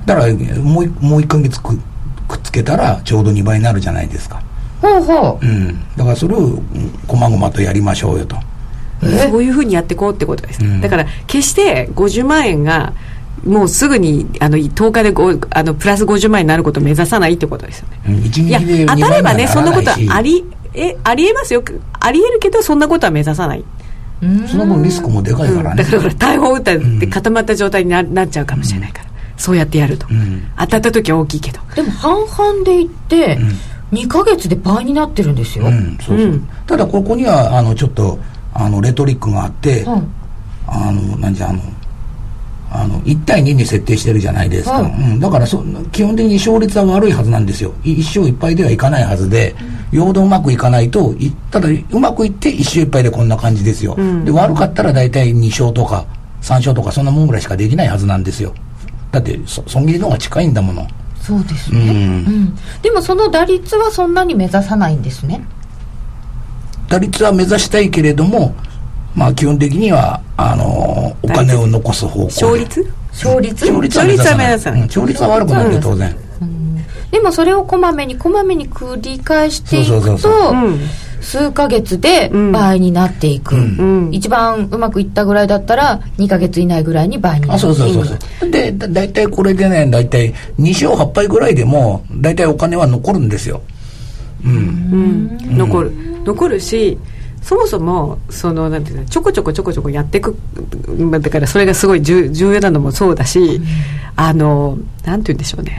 だからもうもういっかげつ く, くっつけたらちょうどにばいになるじゃないですか。 ほうほう、 うん、だからそれをこまごまとやりましょうよと。 そういうふうにやっていこうってことです、うん、だから決してごじゅうまんえんがもうすぐにあのとおかであのプラスごじゅうまんえんになることを目指さないってことですよね、うん、いちにちでにばいにはならないし、いや当たればねそんなことはありえありえますよ。ありえるけどそんなことは目指さない。 その分リスクもでかいからね、 うん、だから大砲撃ったって固まった状態に な, なっちゃうかもしれないから、うん、そうやってやると、うん、当たった時は大きいけどでも半々でいって、うん、にかげつで倍になってるんですよ、うんそうそううん、ただここにはあのちょっとあのレトリックがあって、うん、あのなんじゃあのあのいち対にに設定してるじゃないですか、うん、だからそ基本的に勝率は悪いはずなんですよ。いち勝いっぱいではいかないはずで、うん、よほどうまくいかないといただうまくいっていち勝いっぱいでこんな感じですよ、うん、で悪かったら大体に勝とかさん勝とかそんなもんぐらいしかできないはずなんですよ。だって損切りの方が近いんだもの。 そうですね、うんうん、でもその打率はそんなに目指さないんですね。 打率は目指したいけれども、まあ基本的にはあのー、お金を残す方向で。 勝率勝率勝率は目指さない。勝率は悪くないけど当然、 うん、でもそれをこまめにこまめに繰り返していくと数ヶ月で倍になっていく、うんうん、一番うまくいったぐらいだったらにかげつ以内ぐらいに倍になっていく。 あそうそうそうそうでだだいたいこれでねだいたいに勝はち敗ぐらいでもだいたいお金は残るんですよ、うんうんうん、残る残るしそもそもそのなんていうのちょこちょこちょこちょこやっていくだからそれがすごい重要なのもそうだし、うん、あのなんていうんでしょうね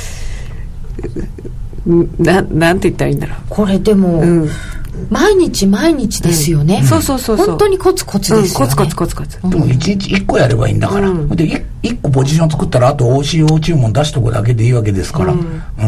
ななんて言ったらいいんだろうこれでも、うん、毎日毎日ですよね、 うん、そうそうそうそう本当にコツコツですよね、 うん、コツコツコツコツでもいちにちいっこやればいいんだから、うん、で い, いっこポジション作ったらあと オーシーオー 注文出しとくだけでいいわけですから、うんうん、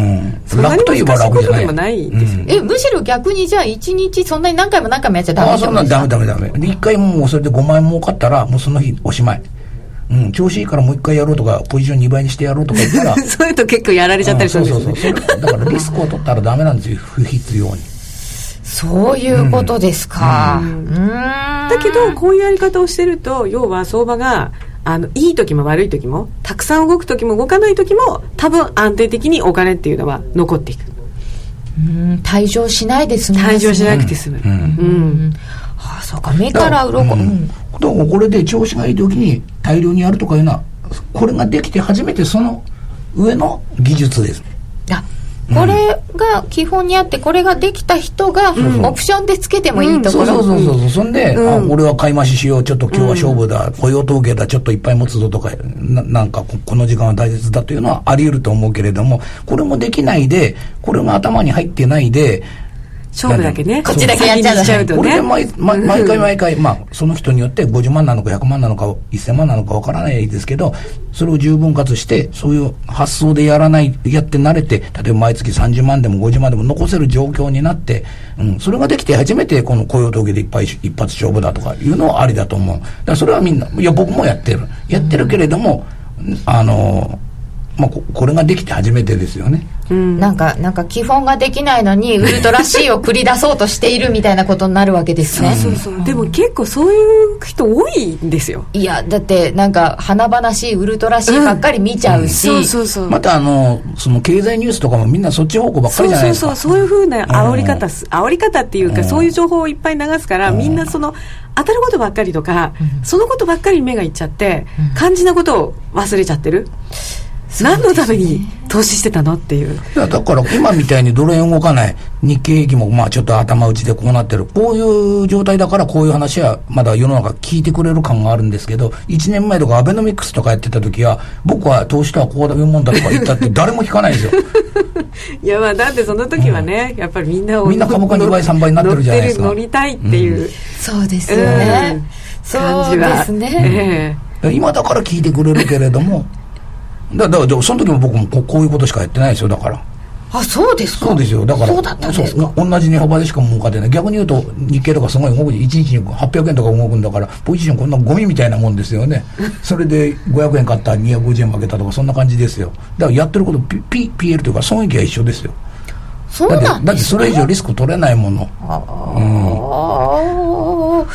楽といえば楽じゃない。 そんなに難しいことでもないですよね、 うん、えむしろ逆にじゃあいちにちそんなに何回も何回もやっちゃダメですか。 あそんなダメダメダメでいっかいもうそれでごまんえん儲かったらもうその日おしまい、うん、調子いいからもう一回やろうとかポジションにばいにしてやろうとか言ったらそういうと結構やられちゃったりするんですね、うん、そうそうそうそれだからリスクを取ったらダメなんですよ不必要に。 そういうことですか、うんうん、 だけどこういうやり方をしてると要は相場があのいい時も悪い時もたくさん動く時も動かない時も多分安定的にお金っていうのは残っていく。 うん退場しないですね。 退場しなくて済む、うんうんうん、 はあ、そうか目から鱗、うん、 だからこれで調子がいい時に大量にやるとかいうのはこれができて初めてその上の技術です。 あこれが基本にあってこれができた人がオプションでつけてもいいところ、 そうそうそうそうそんで、うん、あ俺は買い増ししようちょっと今日は勝負だ、うん、雇用統計だちょっといっぱい持つぞとか な, なんか こ, この時間は大切だというのはあり得ると思うけれどもこれもできないでこれが頭に入ってないで勝負だけねこっちだけやっちゃうとねこれで 毎, 毎, 毎回毎回、まあ、その人によってごじゅうまんなのかひゃくまんなのかせんまんなのかわからないですけどそれを十分割してそういう発想でやらないやって慣れて例えば毎月さんじゅうまんでもごじゅうまんでも残せる状況になって、うん、それができて初めてこの雇用統計でいっぱい一発勝負だとかいうのはありだと思う。だからそれはみんないや僕もやってるやってるけれどもあのまあ、こ, これができて初めてですよね、 うん、なんかなんか基本ができないのにウルトラ C を繰り出そうとしているみたいなことになるわけですねそうそうそう、うん、でも結構そういう人多いんですよ。 いやだってなんか華々しいウルトラ C ばっかり見ちゃうし、うんうん、そうそうそうまたあのその経済ニュースとかもみんなそっち方向ばっかりじゃないですか。 そうそうそうそういう風な煽り方、うん、煽り方っていうか、うん、そういう情報をいっぱい流すから、うん、みんなその当たることばっかりとか、うん、そのことばっかりに目がいっちゃって、うん、肝心なことを忘れちゃってる。何のために投資してたのっていう。 いやだから今みたいにドル円動かない日経平均もまあちょっと頭打ちでこうなってるこういう状態だからこういう話はまだ世の中聞いてくれる感があるんですけどいちねんまえとかアベノミクスとかやってた時は僕は投資とはこういうもんだとか言ったって誰も聞かないですよいやまあだってその時はね、うん、やっぱりみんなをみんな株価にばいさんばいになってるじゃないですか。 乗りたいっていう、うん、 そうですよね、うん、そうですね、 えー、今だから聞いてくれるけれどもだだからその時も僕もこ う, こういうことしかやってないですよ。だからあそうですか。 そうですよ。だからそうだったんですか。 同じ値幅でしか儲かってない。逆に言うと日経とかすごい動くいちにちにはっぴゃくえんとか動くんだからポジションこんなゴミみたいなもんですよねそれでごひゃくえん買ったらにひゃくごじゅうえん負けたとかそんな感じですよ。だからやってること P, P, ピーエル というか損益は一緒ですよ。 そうなんですね。 だって、だってそれ以上リスク取れないもの。 ああ、うん、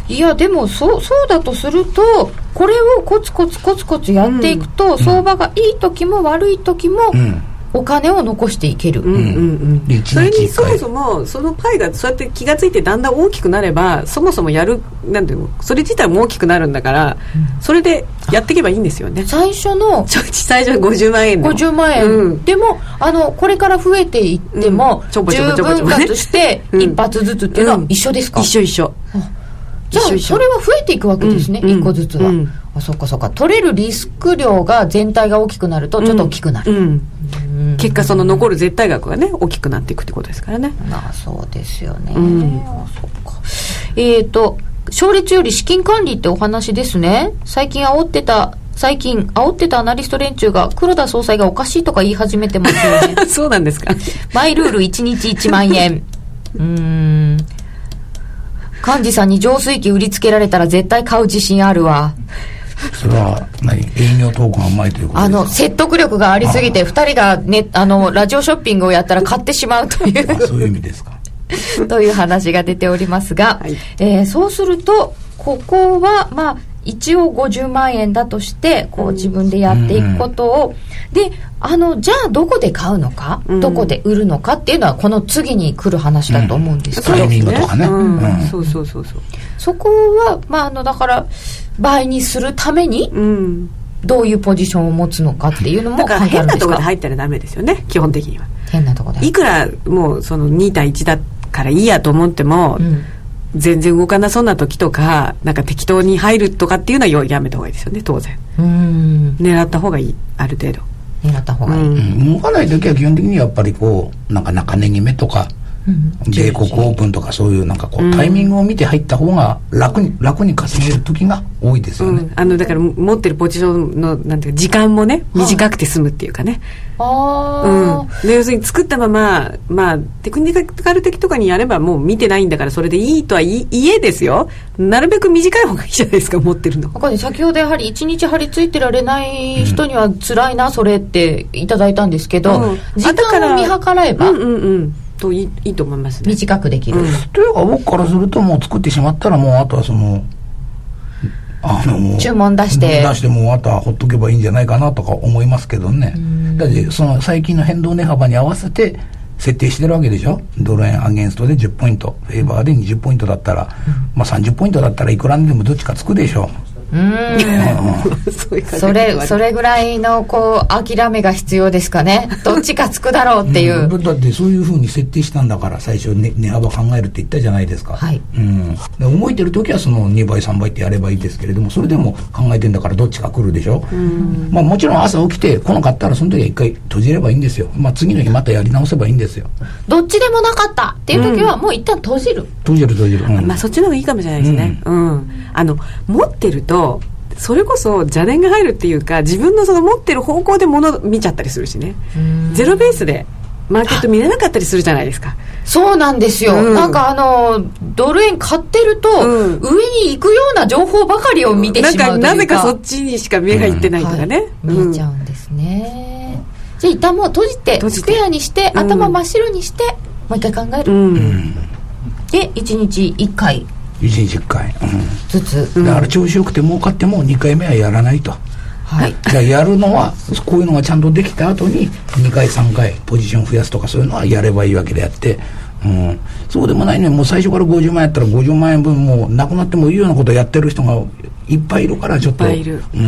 いやでもそうそうだとするとこれをコツコツコツコツやっていくと、うん、相場がいい時も悪い時も、うんお金を残していける、うんうんうん、それにそもそもそのパイがそうやって気がついてだんだん大きくなればそもそもやるなんていうのそれ自体も大きくなるんだから、うん、それでやっていけばいいんですよね。 最初の最初はごじゅうまんえんごじゅうまんえん、うん、でもあのこれから増えていっても、うん、じゅうぶん割して一発ずつっていうのは一緒ですか？ うん、一緒一緒。 じゃあそれは増えていくわけですね、うん、いっこずつは、うん、あそっかそっか。取れるリスク量が全体が大きくなるとちょっと大きくなる、うんうんうん、結果その残る絶対額がね大きくなっていくってことですからね。 まあそうですよね、うん、あそっか。えーと勝率より資金管理ってお話ですね。最近煽ってた最近煽ってたアナリスト連中が黒田総裁がおかしいとか言い始めてますよねそうなんですか。 マイルールいちにちいちまんえんうーん幹事さんに浄水器売りつけられたら絶対買う自信あるわ。 それは何営業トークがうまいということですか？ あの説得力がありすぎてふたりが、ね、あのラジオショッピングをやったら買ってしまうというそういう意味ですかという話が出ておりますが、はい、えー、そうするとここはまあ一応ごじゅうまんえんだとしてこう自分でやっていくことを、うん、であのじゃあどこで買うのか、うん、どこで売るのかっていうのはこの次に来る話だと思うんですけど、 タイミングとかね、うんうん、 そうそうそうそう。 そこはまああのだから倍にするために、うん、どういうポジションを持つのかっていうのもだから変なところで入ったらダメですよね基本的には。 変なところでいくらもうそのに対いちだからいいやと思っても、うん、全然動かなそうな時とかなんか適当に入るとかっていうのはやめた方がいいですよね当然。うん狙った方がいいある程度狙った方がいい、 うん、動かない時は基本的にやっぱりこうなんか中値決めとか、うん、米国オープンとかそういうなんかこうタイミングを見て入った方が楽に楽に稼げる時が多いですよね、 うん、あのだから持ってるポジションのなんていうか時間もね短くて済むっていうかね、あ、うん、で要するに作ったまままあテクニカル的とかにやればもう見てないんだからそれでいいとは言えですよ。なるべく短い方がいいじゃないですか持ってるの。 先ほどやはりいちにち張り付いてられない人には辛いな、うん、それっていただいたんですけど、うん、時間を見計らえば、うんうんうんとい い, いいと思いますね。 短くできる、うん、 というか僕からするともう作ってしまったらもうあとはそのあの注文出して出してもうあとはほっとけばいいんじゃないかなとか思いますけどね。だってその最近の変動値幅に合わせて設定してるわけでしょ。ドル円アゲンストでじゅっポイントフェーバーでにじゅっポイントだったら、うん、まあさんじゅっポイントだったらいくらにでもどっちかつくでしょ。うーんそれそれぐらいのこう諦めが必要ですかね。どっちかつくだろうっていう、 うん、だってそういうふうに設定したんだから最初、ね、値幅考えるって言ったじゃないですか、はい、うん、で動いてる時はそのにばいさんばいってやればいいですけれどもそれでも考えてんだからどっちか来るでしょ、うん、まあ、もちろん朝起きて来なかったらその時は一回閉じればいいんですよ、まあ、次の日またやり直せばいいんですよ。 どっちでもなかったっていう時はもう一旦閉じる、うん、 閉じる閉じる、うん、 まあそっちの方がいいかもしれないですね、うんうん、あの持ってるとそれこそ邪念が入るっていうか自分のその持ってる方向で物見ちゃったりするしね。ゼロベースでマーケット見れなかったりするじゃないですか。 そうなんですよ、うん、なんかあのドル円買ってると、うん、上に行くような情報ばかりを見てしまうというか、 なんかなぜかそっちにしか目がいってないとかね、 うん、はい、見えちゃうんですね、うん、じゃあ一旦もう閉じて閉じてスペアにして、うん、頭真っ白にしてもう一回考える、うん、でいちにちいっかいいちにちいっかい、うん、 ずつ、 だから調子よくて儲かってもにかいめはやらないと、はい、だからやるのはこういうのがちゃんとできた後ににかいさんかいポジション増やすとかそういうのはやればいいわけであって、うん、そうでもないね。もう最初からごじゅうまんやったらごじゅうまんえんぶんもうなくなってもいいようなことをやってる人がいっぱいいるからちょっといっぱいいる、 うん、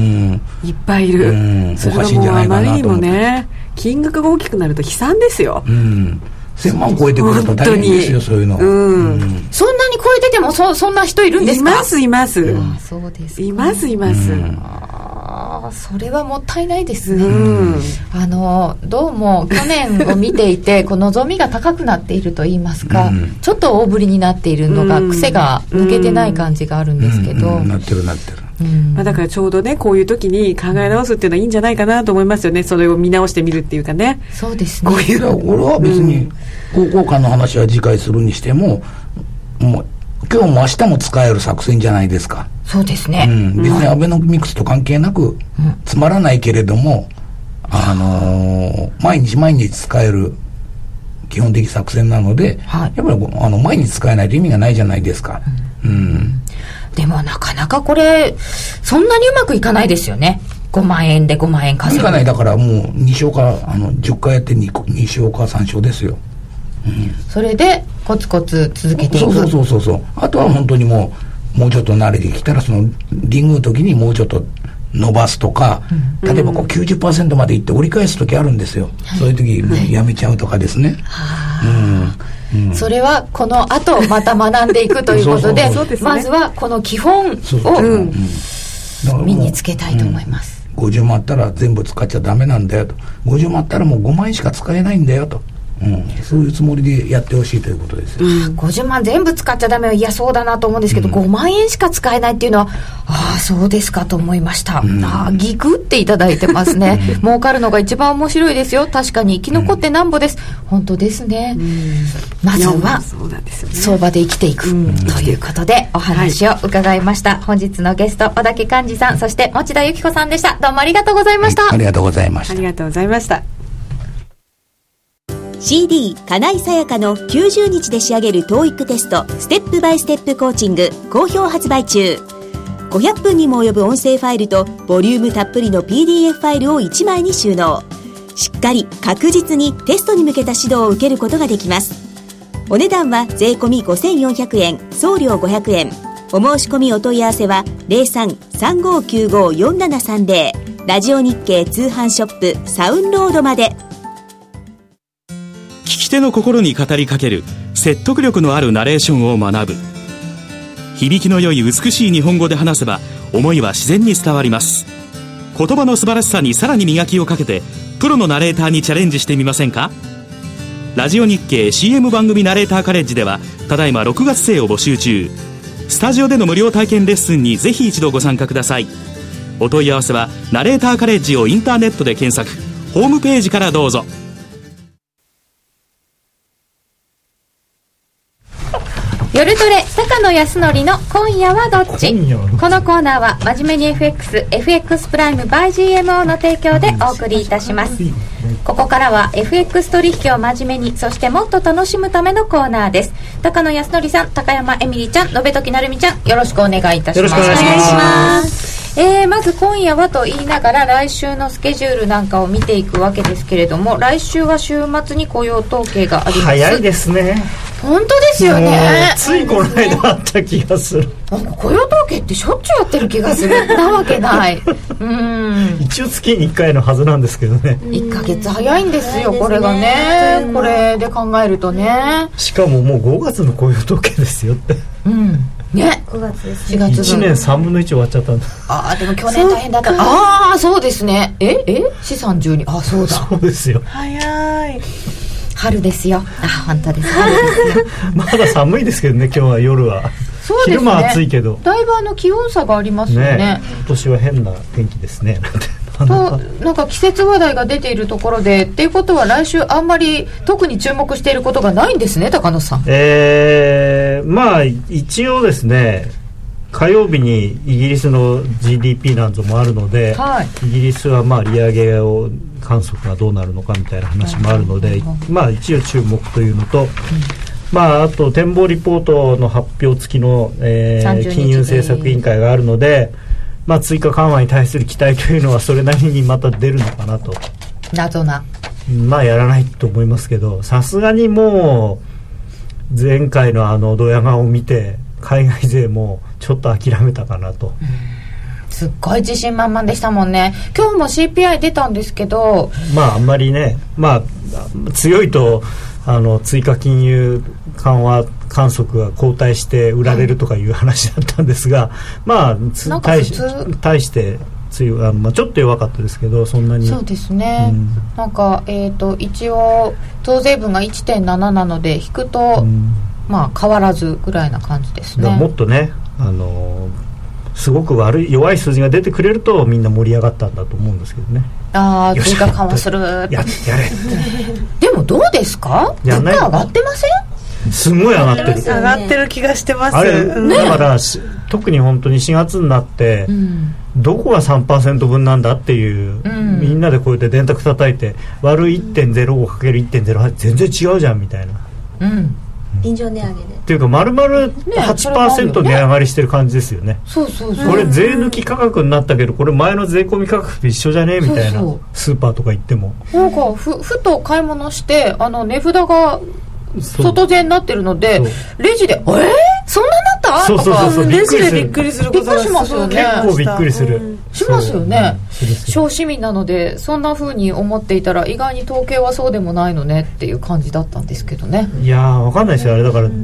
いっぱいいる、うん、 おかしいんじゃないかなと思って。それがもうあまりにもね金額が大きくなると悲惨ですよ、うん、 せんまん超えてくると大変ですよそういうの、うんうん、そんなに超えてても そ, そんな人いるんですか？ いますいます、うん、 あそうですか。 いますいます、うん、 あそれはもったいないですね、うん、あのどうも去年を見ていてこう望みが高くなっていると言いますか、うん、ちょっと大振りになっているのが、うん、癖が抜けてない感じがあるんですけど、うんうん、 なってるなってる、 うんまあ、だからちょうどねこういう時に考え直すっていうのはいいんじゃないかなと思いますよね。それを見直してみるっていうかね。 そうですね。 こういう俺は別に高校間の話は次回するにしても、もう今日も明日も使える作戦じゃないですか。 そうですね、 うん、別にアベノミクスと関係なく、うん、つまらないけれども、あのー、毎日毎日使える基本的作戦なので、はい、やっぱりあの毎日使えないと意味がないじゃないですか、うんうん、 でもなかなかこれそんなにうまくいかないですよね。ごまんえんでごまんえん稼ぐ。 いかない。だからもうに勝かあのじゅっかいやって 2, 2勝かさん勝ですよ、うん、 それでコツコツ続けていく。 そうそうそうそう。あとは本当にもうもうちょっと慣れてきたらそのリングの時にもうちょっと伸ばすとか、うん、例えばこう きゅうじゅっパーセント までいって折り返す時あるんですよ、はい、そういう時もうやめちゃうとかですね、はいうんうん、それはこの後また学んでいくということでまずはこの基本を身につけたいと思います。 ごじゅうまんあったら全部使っちゃダメなんだよと、ごじゅうまんあったらもうごまんえんしか使えないんだよと、うん、そういうつもりでやってほしいということですよ、 うん、ごじゅうまん全部使っちゃダメは嫌そうだなと思うんですけど、うん、ごまんえんしか使えないっていうのはああそうですかと思いました、うん、ああギクっていただいてますね、うん、儲かるのが一番面白いですよ。確かに生き残ってなんぼです、うん、本当ですね、うん、まずは相場で生きていく、うん、ということでお話を伺いました、はい、本日のゲスト小竹寛治さんそして持田由紀子さんでした。どうもありがとうございました、はい、 ありがとうございました。 ありがとうございました。 シーディー 金井さやかのきゅうじゅうにちで仕上げる トーイック テストステップバイステップコーチング好評発売中。ごひゃっぷんにも及ぶ音声ファイルとボリュームたっぷりの ピーディーエフ ファイルをいちまいに収納。しっかり確実にテストに向けた指導を受けることができます。お値段は税込みごせんよんひゃくえん、送料ごひゃくえん。お申し込みお問い合わせは ゼロさん さんごきゅうご よんななさんゼロ ラジオ日経通販ショップサウンロードまで。 聞き手の心に語りかける説得力のあるナレーションを学ぶ。響きの良い美しい日本語で話せば思いは自然に伝わります。言葉の素晴らしさにさらに磨きをかけてプロのナレーターにチャレンジしてみませんか。ラジオ日経 シーエム 番組ナレーターカレッジではただいまろくがつ生を募集中。スタジオでの無料体験レッスンにぜひ一度ご参加ください。お問い合わせはナレーターカレッジをインターネットで検索、ホームページからどうぞ。 夜トレ高野康則の今夜はどっち。このコーナーは真面目に エフエックス エフエックス プライム by ジーエムオー の提供でお送りいたします。ここからは エフエックス 取引を真面目にそしてもっと楽しむためのコーナーです。高野康則さん、高山エミリちゃん、延時成美ちゃん、よろしくお願いいたします。よろしくお願いします。えー、まず今夜はと言いながら来週のスケジュールなんかを見ていくわけですけれども、来週は週末に雇用統計があります。 早いですね。 本当ですよね。 ついこの間あった気がする。 なんか雇用統計ってしょっちゅうやってる気がする。なわけない。うん。 一応月にいっかいのはずなんですけどね。 いっかげつ早いんですよ、これがね。これで考えるとね。 しかももうごがつの雇用統計ですよって。 うん。ね。 ごがつですね。しがついちねんさんぶんのいち終わっちゃったんだ。 ああ、でも去年大変だった。ああ、そうですね。ええ資産じゅうに。あ、そうだ。 そうですよ。 早い。 春ですよ。あ、本当です。春ですよ。 まだ寒いですけどね、今日は夜は。 そうですね。 昼間は暑いけど。 だいぶあの気温差がありますよね。ね、 今年は変な天気ですね。 となんか季節話題が出ているところでっていうことは来週あんまり特に注目していることがないんですね、高野さん。 えー、まあ一応ですね、火曜日にイギリスの ジーディーピー なんぞもあるので、はい、イギリスはまあ利上げを観測がどうなるのかみたいな話もあるので、まあ一応注目というのと、うん、まああと展望リポートの発表付きの、えー、金融政策委員会があるので、まあ、追加緩和に対する期待というのはそれなりにまた出るのかなと。 謎な。 まあやらないと思いますけど、さすがにもう前回のあのドヤ顔を見て海外勢もちょっと諦めたかなと。 すっごい自信満々でしたもんね。今日も シーピーアイ 出たんですけど、 まああんまりね、まあ強いとあの追加金融緩和観測が後退して売られるとかいう話だったんですが、まあ大し、大して強い、あ、まあ、ちょっと弱かったですけど、そんなに。 そうですね、うん、なんか、えーと、一応増税分が いってんなな なので引くと、うん、まあ変わらずぐらいな感じですね。 もっとね、あのすごく悪い弱い数字が出てくれるとみんな盛り上がったんだと思うんですけどね。 ああ、追加緩和するや, やれでもどうですか、物価上がってません？ すごい上がってる、 上がってる気がしてます。 あれ、ね、だから特に本当にしがつになって、うん、どこが さんパーセント 分なんだっていう、うん、みんなでこうやって電卓叩いて割る いってんゼロごかけるいってんゼロはち 全然違うじゃんみたいな、 うん、 便乗値上げでっていうか丸々 はちパーセント 値上がりしてる感じですよね。 そうそうそう。 これ税抜き価格になったけどこれ前の税込み価格と一緒じゃねえみたいな。そうそう、スーパーとか行ってもなんか ふ, ふと買い物してあの値札が外税になってるのでレジでえー、そんなになったそうそうそうそう、 レジでびっくりすることがびっくりしますよね。 結構びっくりする、うん、 しますよね。小市民なのでそんな風に思っていたら意外に統計はそうでもないのねっていう感じだったんですけどね。 いやー分かんないですよあれだから、うん、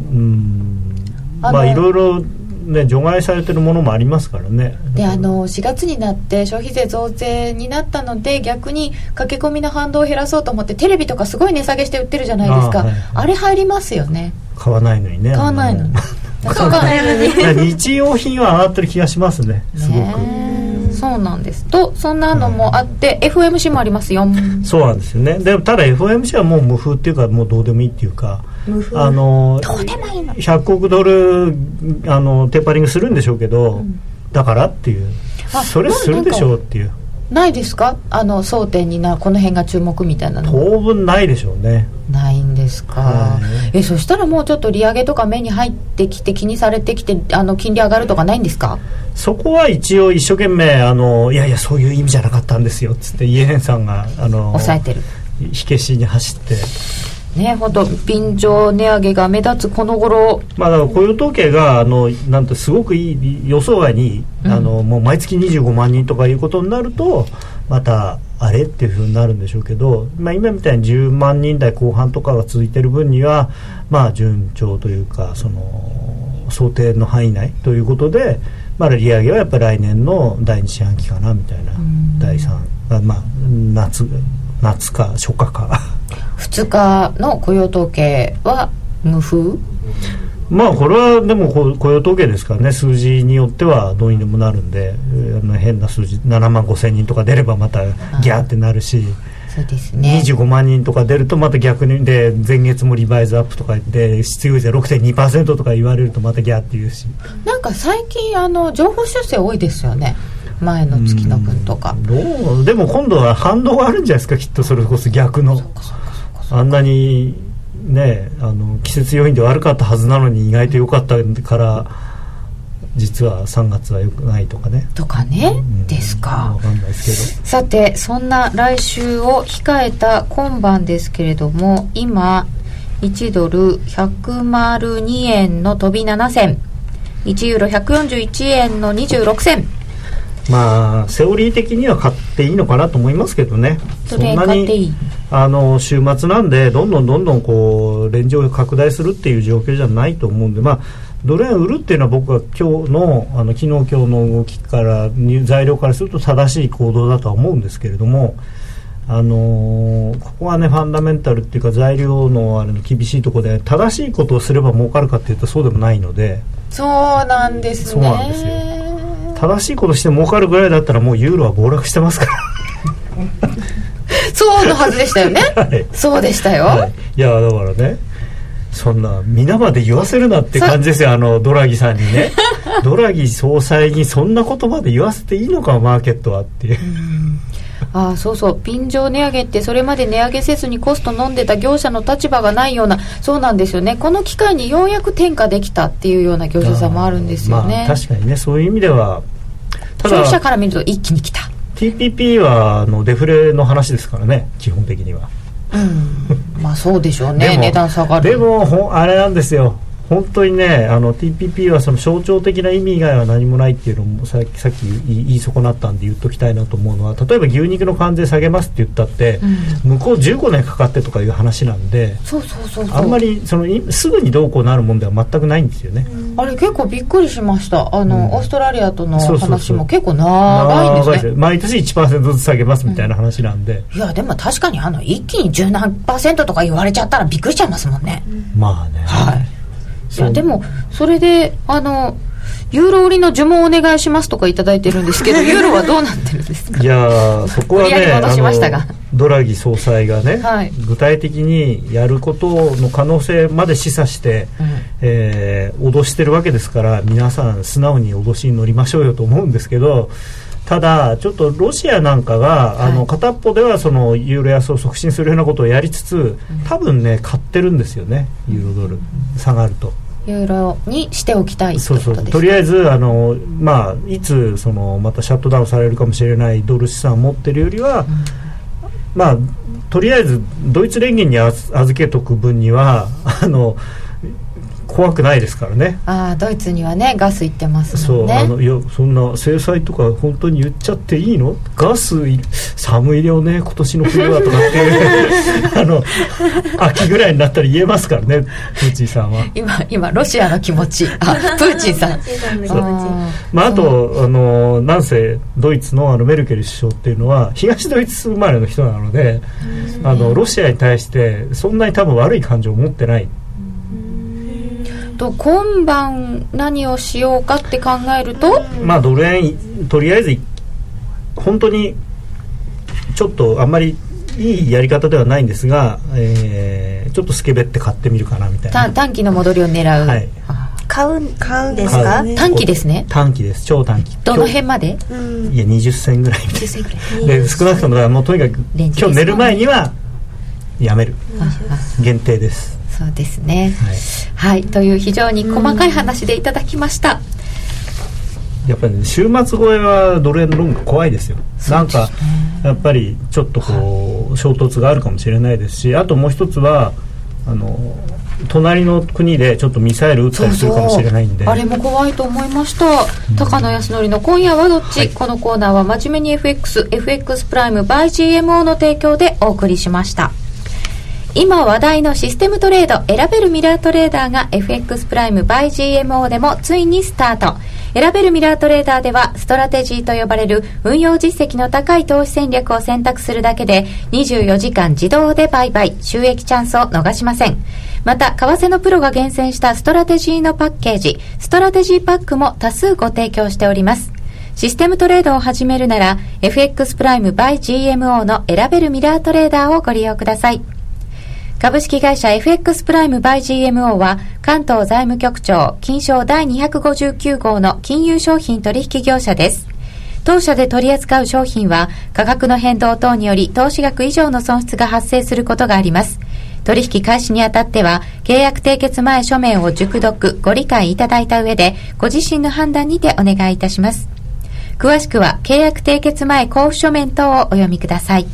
まあいろいろね、除外されてるものもありますからね。 であのしがつになって消費税増税になったので逆に駆け込みの反動を減らそうと思ってテレビとかすごい値下げして売ってるじゃないですか。 あ,、はいはい、あれ入りますよね。 買わないのにね。 買わないのに買わないのに日用品は上がってる気がしますねすごく。 そうなんですとそんなのもあって、うん、エフエムシー もありますよ。 そうなんですよね。でもただ エフエムシー はもう無風っていうかもうどうでもいいっていうかあのどうでもいいのひゃくおくドルあのテーパリングするんでしょうけど、うん、だからっていうそれするでしょうっていうないですかあの争点になこの辺が注目みたいなの当分ないでしょうね。 ないんですか、はい、えそしたらもうちょっと利上げとか目に入ってきて気にされてきてあの金利上がるとかないんですか。 そこは一応一生懸命あのいやいやそういう意味じゃなかったんですよっつってイエレンさんがあの抑えてる火消しに走ってね、本当便乗値上げが目立つこの頃、 まあ、だから雇用統計があのなんとすごくいい予想外に、うん、あのもう毎月にじゅうごまんにんとかいうことになるとまたあれっていう風になるんでしょうけど、まあ、今みたいにじゅうまんにん台後半とかが続いている分には、まあ、順調というかその想定の範囲内ということで、まあ、利上げはやっぱり来年のだいに四半期かなみたいな、だいさん、まあ、夏夏か初夏かふつかの雇用統計は無風。 まあこれはでも雇用統計ですからね数字によってはどうにでもなるんであの変な数字ななまんごせんにんとか出ればまたギャーってなるしそうですね、 にじゅうごまんにんとか出るとまた逆にで前月もリバイズアップとかで失業率 ろくてんにパーセント とか言われるとまたギャーって言うしなんか最近あの情報修正多いですよね前の月の分とか。 どうでも今度は反動があるんじゃないですかきっとそれこそ逆のあんなにねあの季節要因で悪かったはずなのに意外と良かったから実はさんがつは良くないとかねとかね、うん、ですか分かんないですけどさてそんな来週を控えた今晩ですけれども今いちドルひゃくにえんの飛びななせんいちユーロひゃくよんじゅういちえんのにじゅうろくせんまあセオリー的には買っていいのかなと思いますけどね。 そんなにあの週末なんでどんどんどんどんこうレンジを拡大するっていう状況じゃないと思うんで、まあドル円売るっていうのは僕は今日のあの昨日今日の動きから材料からすると正しい行動だとは思うんですけれども、あのー、ここはねファンダメンタルっていうか材料のあれの厳しいところで正しいことをすれば儲かるかっていうとそうでもないので。 そうなんですね。 そうなんですよ。正しいことして儲かるぐらいだったらもうユーロは暴落してますからそうのはずでしたよね、 はい、 そうでしたよ、 はい、いやだからねそんな皆まで言わせるなって感じですよあのドラギさんにねドラギ総裁にそんな言葉で言わせていいのかマーケットはっていうああそうそう便乗値上げってそれまで値上げせずにコスト飲んでた業者の立場がないようなそうなんですよねこの機会にようやく転嫁できたっていうような業者さんもあるんですよね、 まあ、確かにねそういう意味ではただ消費者から見ると一気に来たティーピーピー はあのデフレの話ですからね基本的にはうんまあそうでしょうね値段下がるでもほあれなんですよ本当にねあの ティーピーピー はその象徴的な意味以外は何もないっていうのもさっきさっき言い損なったんで言っときたいなと思うのは例えば牛肉の関税下げますって言ったって、うん、向こうじゅうごねんかかってとかいう話なんでそうそうそうそうあんまりそのすぐにどうこうなるもんでは全くないんですよね、 うん、あれ結構びっくりしましたあの、うん、オーストラリアとの話も結構長いんですね。 です毎年 いちパーセント ずつ下げますみたいな話なんで、 うん、いやでも確かにあの一気にじゅうなんパーセントとか言われちゃったらびっくりしちゃいますもんね、 うん、まあねはいいやでもそれであのユーロ売りの呪文お願いしますとかいただいてるんですけどユーロはどうなってるんですか。 いやそこはね戻しましたがあのドラギ総裁がね、はい、具体的にやることの可能性まで示唆して、うんえー、脅してるわけですから皆さん素直に脅しに乗りましょうよと思うんですけどただちょっとロシアなんかが、はい、あの片っぽではそのユーロ安を促進するようなことをやりつつ、多分ね買ってるんですよね、ユーロドル下がると。 ユーロにしておきたいってことですか。そうそう、 とりあえずあの、まあ、いつそのまたシャットダウンされるかもしれないドル資産を持ってるよりは、うん、まあとりあえずドイツ連銀に預けとく分にはあの怖くないですからね。 ああ、ドイツにはねガス行ってますもんね。 そう、あのいやそんな制裁とか本当に言っちゃっていいの？ガス寒いよね今年の冬はとかってあの秋ぐらいになったら言えますからね、プーチンさんは。 今今ロシアの気持ち、あプーチンさんそう、まあ、あとあのなんせドイツのあのメルケル首相っていうのは東ドイツ生まれの人なので、あのロシアに対してそんなに多分悪い感情を持ってない。 と今晩何をしようかって考えると、 まあドル円とりあえず本当にちょっとあんまりいいやり方ではないんですが、えー、ちょっとスケベって買ってみるかなみたいな。 短期の戻りを狙う、はい、 買う買うんですか？ 短期ですね。 短期です、超短期。 どの辺まで？ いやにじゅっせんぐらいで少なくとももうとにかく今日寝る前にはやめる、限定です。 そうですね、はい、はい、という非常に細かい話でいただきました。 やっぱり、ね、週末超えはドル円のロング怖いですよ。なんかやっぱりちょっとこう衝突があるかもしれないですし、あともう一つはあの隣の国でちょっとミサイル撃ったりするかもしれないんで、 そうそう、あれも怖いと思いました、うん、高野康則の今夜はどっち、はい、このコーナーは真面目に エフエックス エフエックス プライム by ジーエムオー の提供でお送りしました。今話題のシステムトレード選べるミラートレーダーが エフエックス プライム by ジーエムオー でもついにスタート。選べるミラートレーダーではストラテジーと呼ばれる運用実績の高い投資戦略を選択するだけでにじゅうよじかん自動で売買、収益チャンスを逃しません。また為替のプロが厳選したストラテジーのパッケージ、ストラテジーパックも多数ご提供しております。システムトレードを始めるなら エフエックス プライム by ジーエムオー の選べるミラートレーダーをご利用ください。株式会社 エフエックス プライム by ジーエムオー は関東財務局長金商第にひゃくごじゅうきゅう号の金融商品取引業者です。当社で取り扱う商品は価格の変動等により投資額以上の損失が発生することがあります。取引開始にあたっては契約締結前書面を熟読ご理解いただいた上でご自身の判断にてお願いいたします。詳しくは契約締結前交付書面等をお読みください。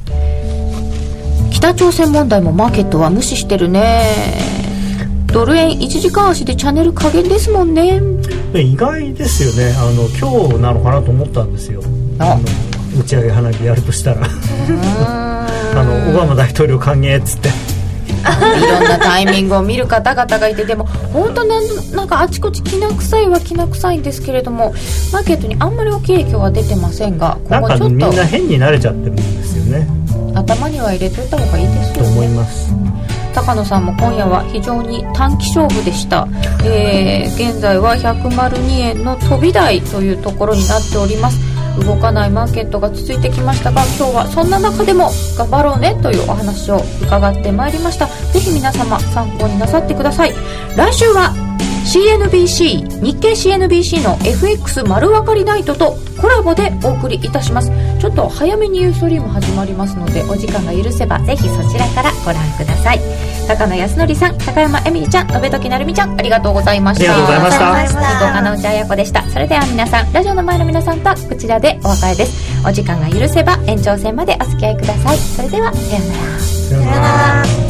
北朝鮮問題もマーケットは無視してるね。ドル円いちじかん足でチャンネル加減ですもんね。 意外ですよね。あの今日なのかなと思ったんですよ。あの打ち上げ花火やるとしたらあのオバマ大統領歓迎っつっていろんなタイミングを見る方々がいて、でも本当なんなんかあちこちきな臭いはきな臭いんですけれども、マーケットにあんまり大きい影響は出てませんが、 今後ちょっとなんかみんな変に慣れちゃってるんですよね。 頭には入れといた方がいいですよねと思います。 高野さんも今夜は非常に短期勝負でした、えー、現在はひゃくにえんの飛び台というところになっております。動かないマーケットが続いてきましたが、今日はそんな中でも頑張ろうねというお話を伺ってまいりました。ぜひ皆様参考になさってください。来週は シーエヌビーシー 日経 シーエヌビーシー の エフエックス 丸分かりナイトとコラボでお送りいたします。ちょっと早めにユーストリーム始まりますので、お時間が許せばぜひそちらからご覧ください。高野康則さん、高山エミリちゃん、延時成美ちゃん、ありがとうございました。 ありがとうございました。 福岡の内彩子でした。それでは皆さん、ラジオの前の皆さんとこちらでお別れです。お時間が許せば延長戦までお付き合いください。それではさようなら。 さようなら。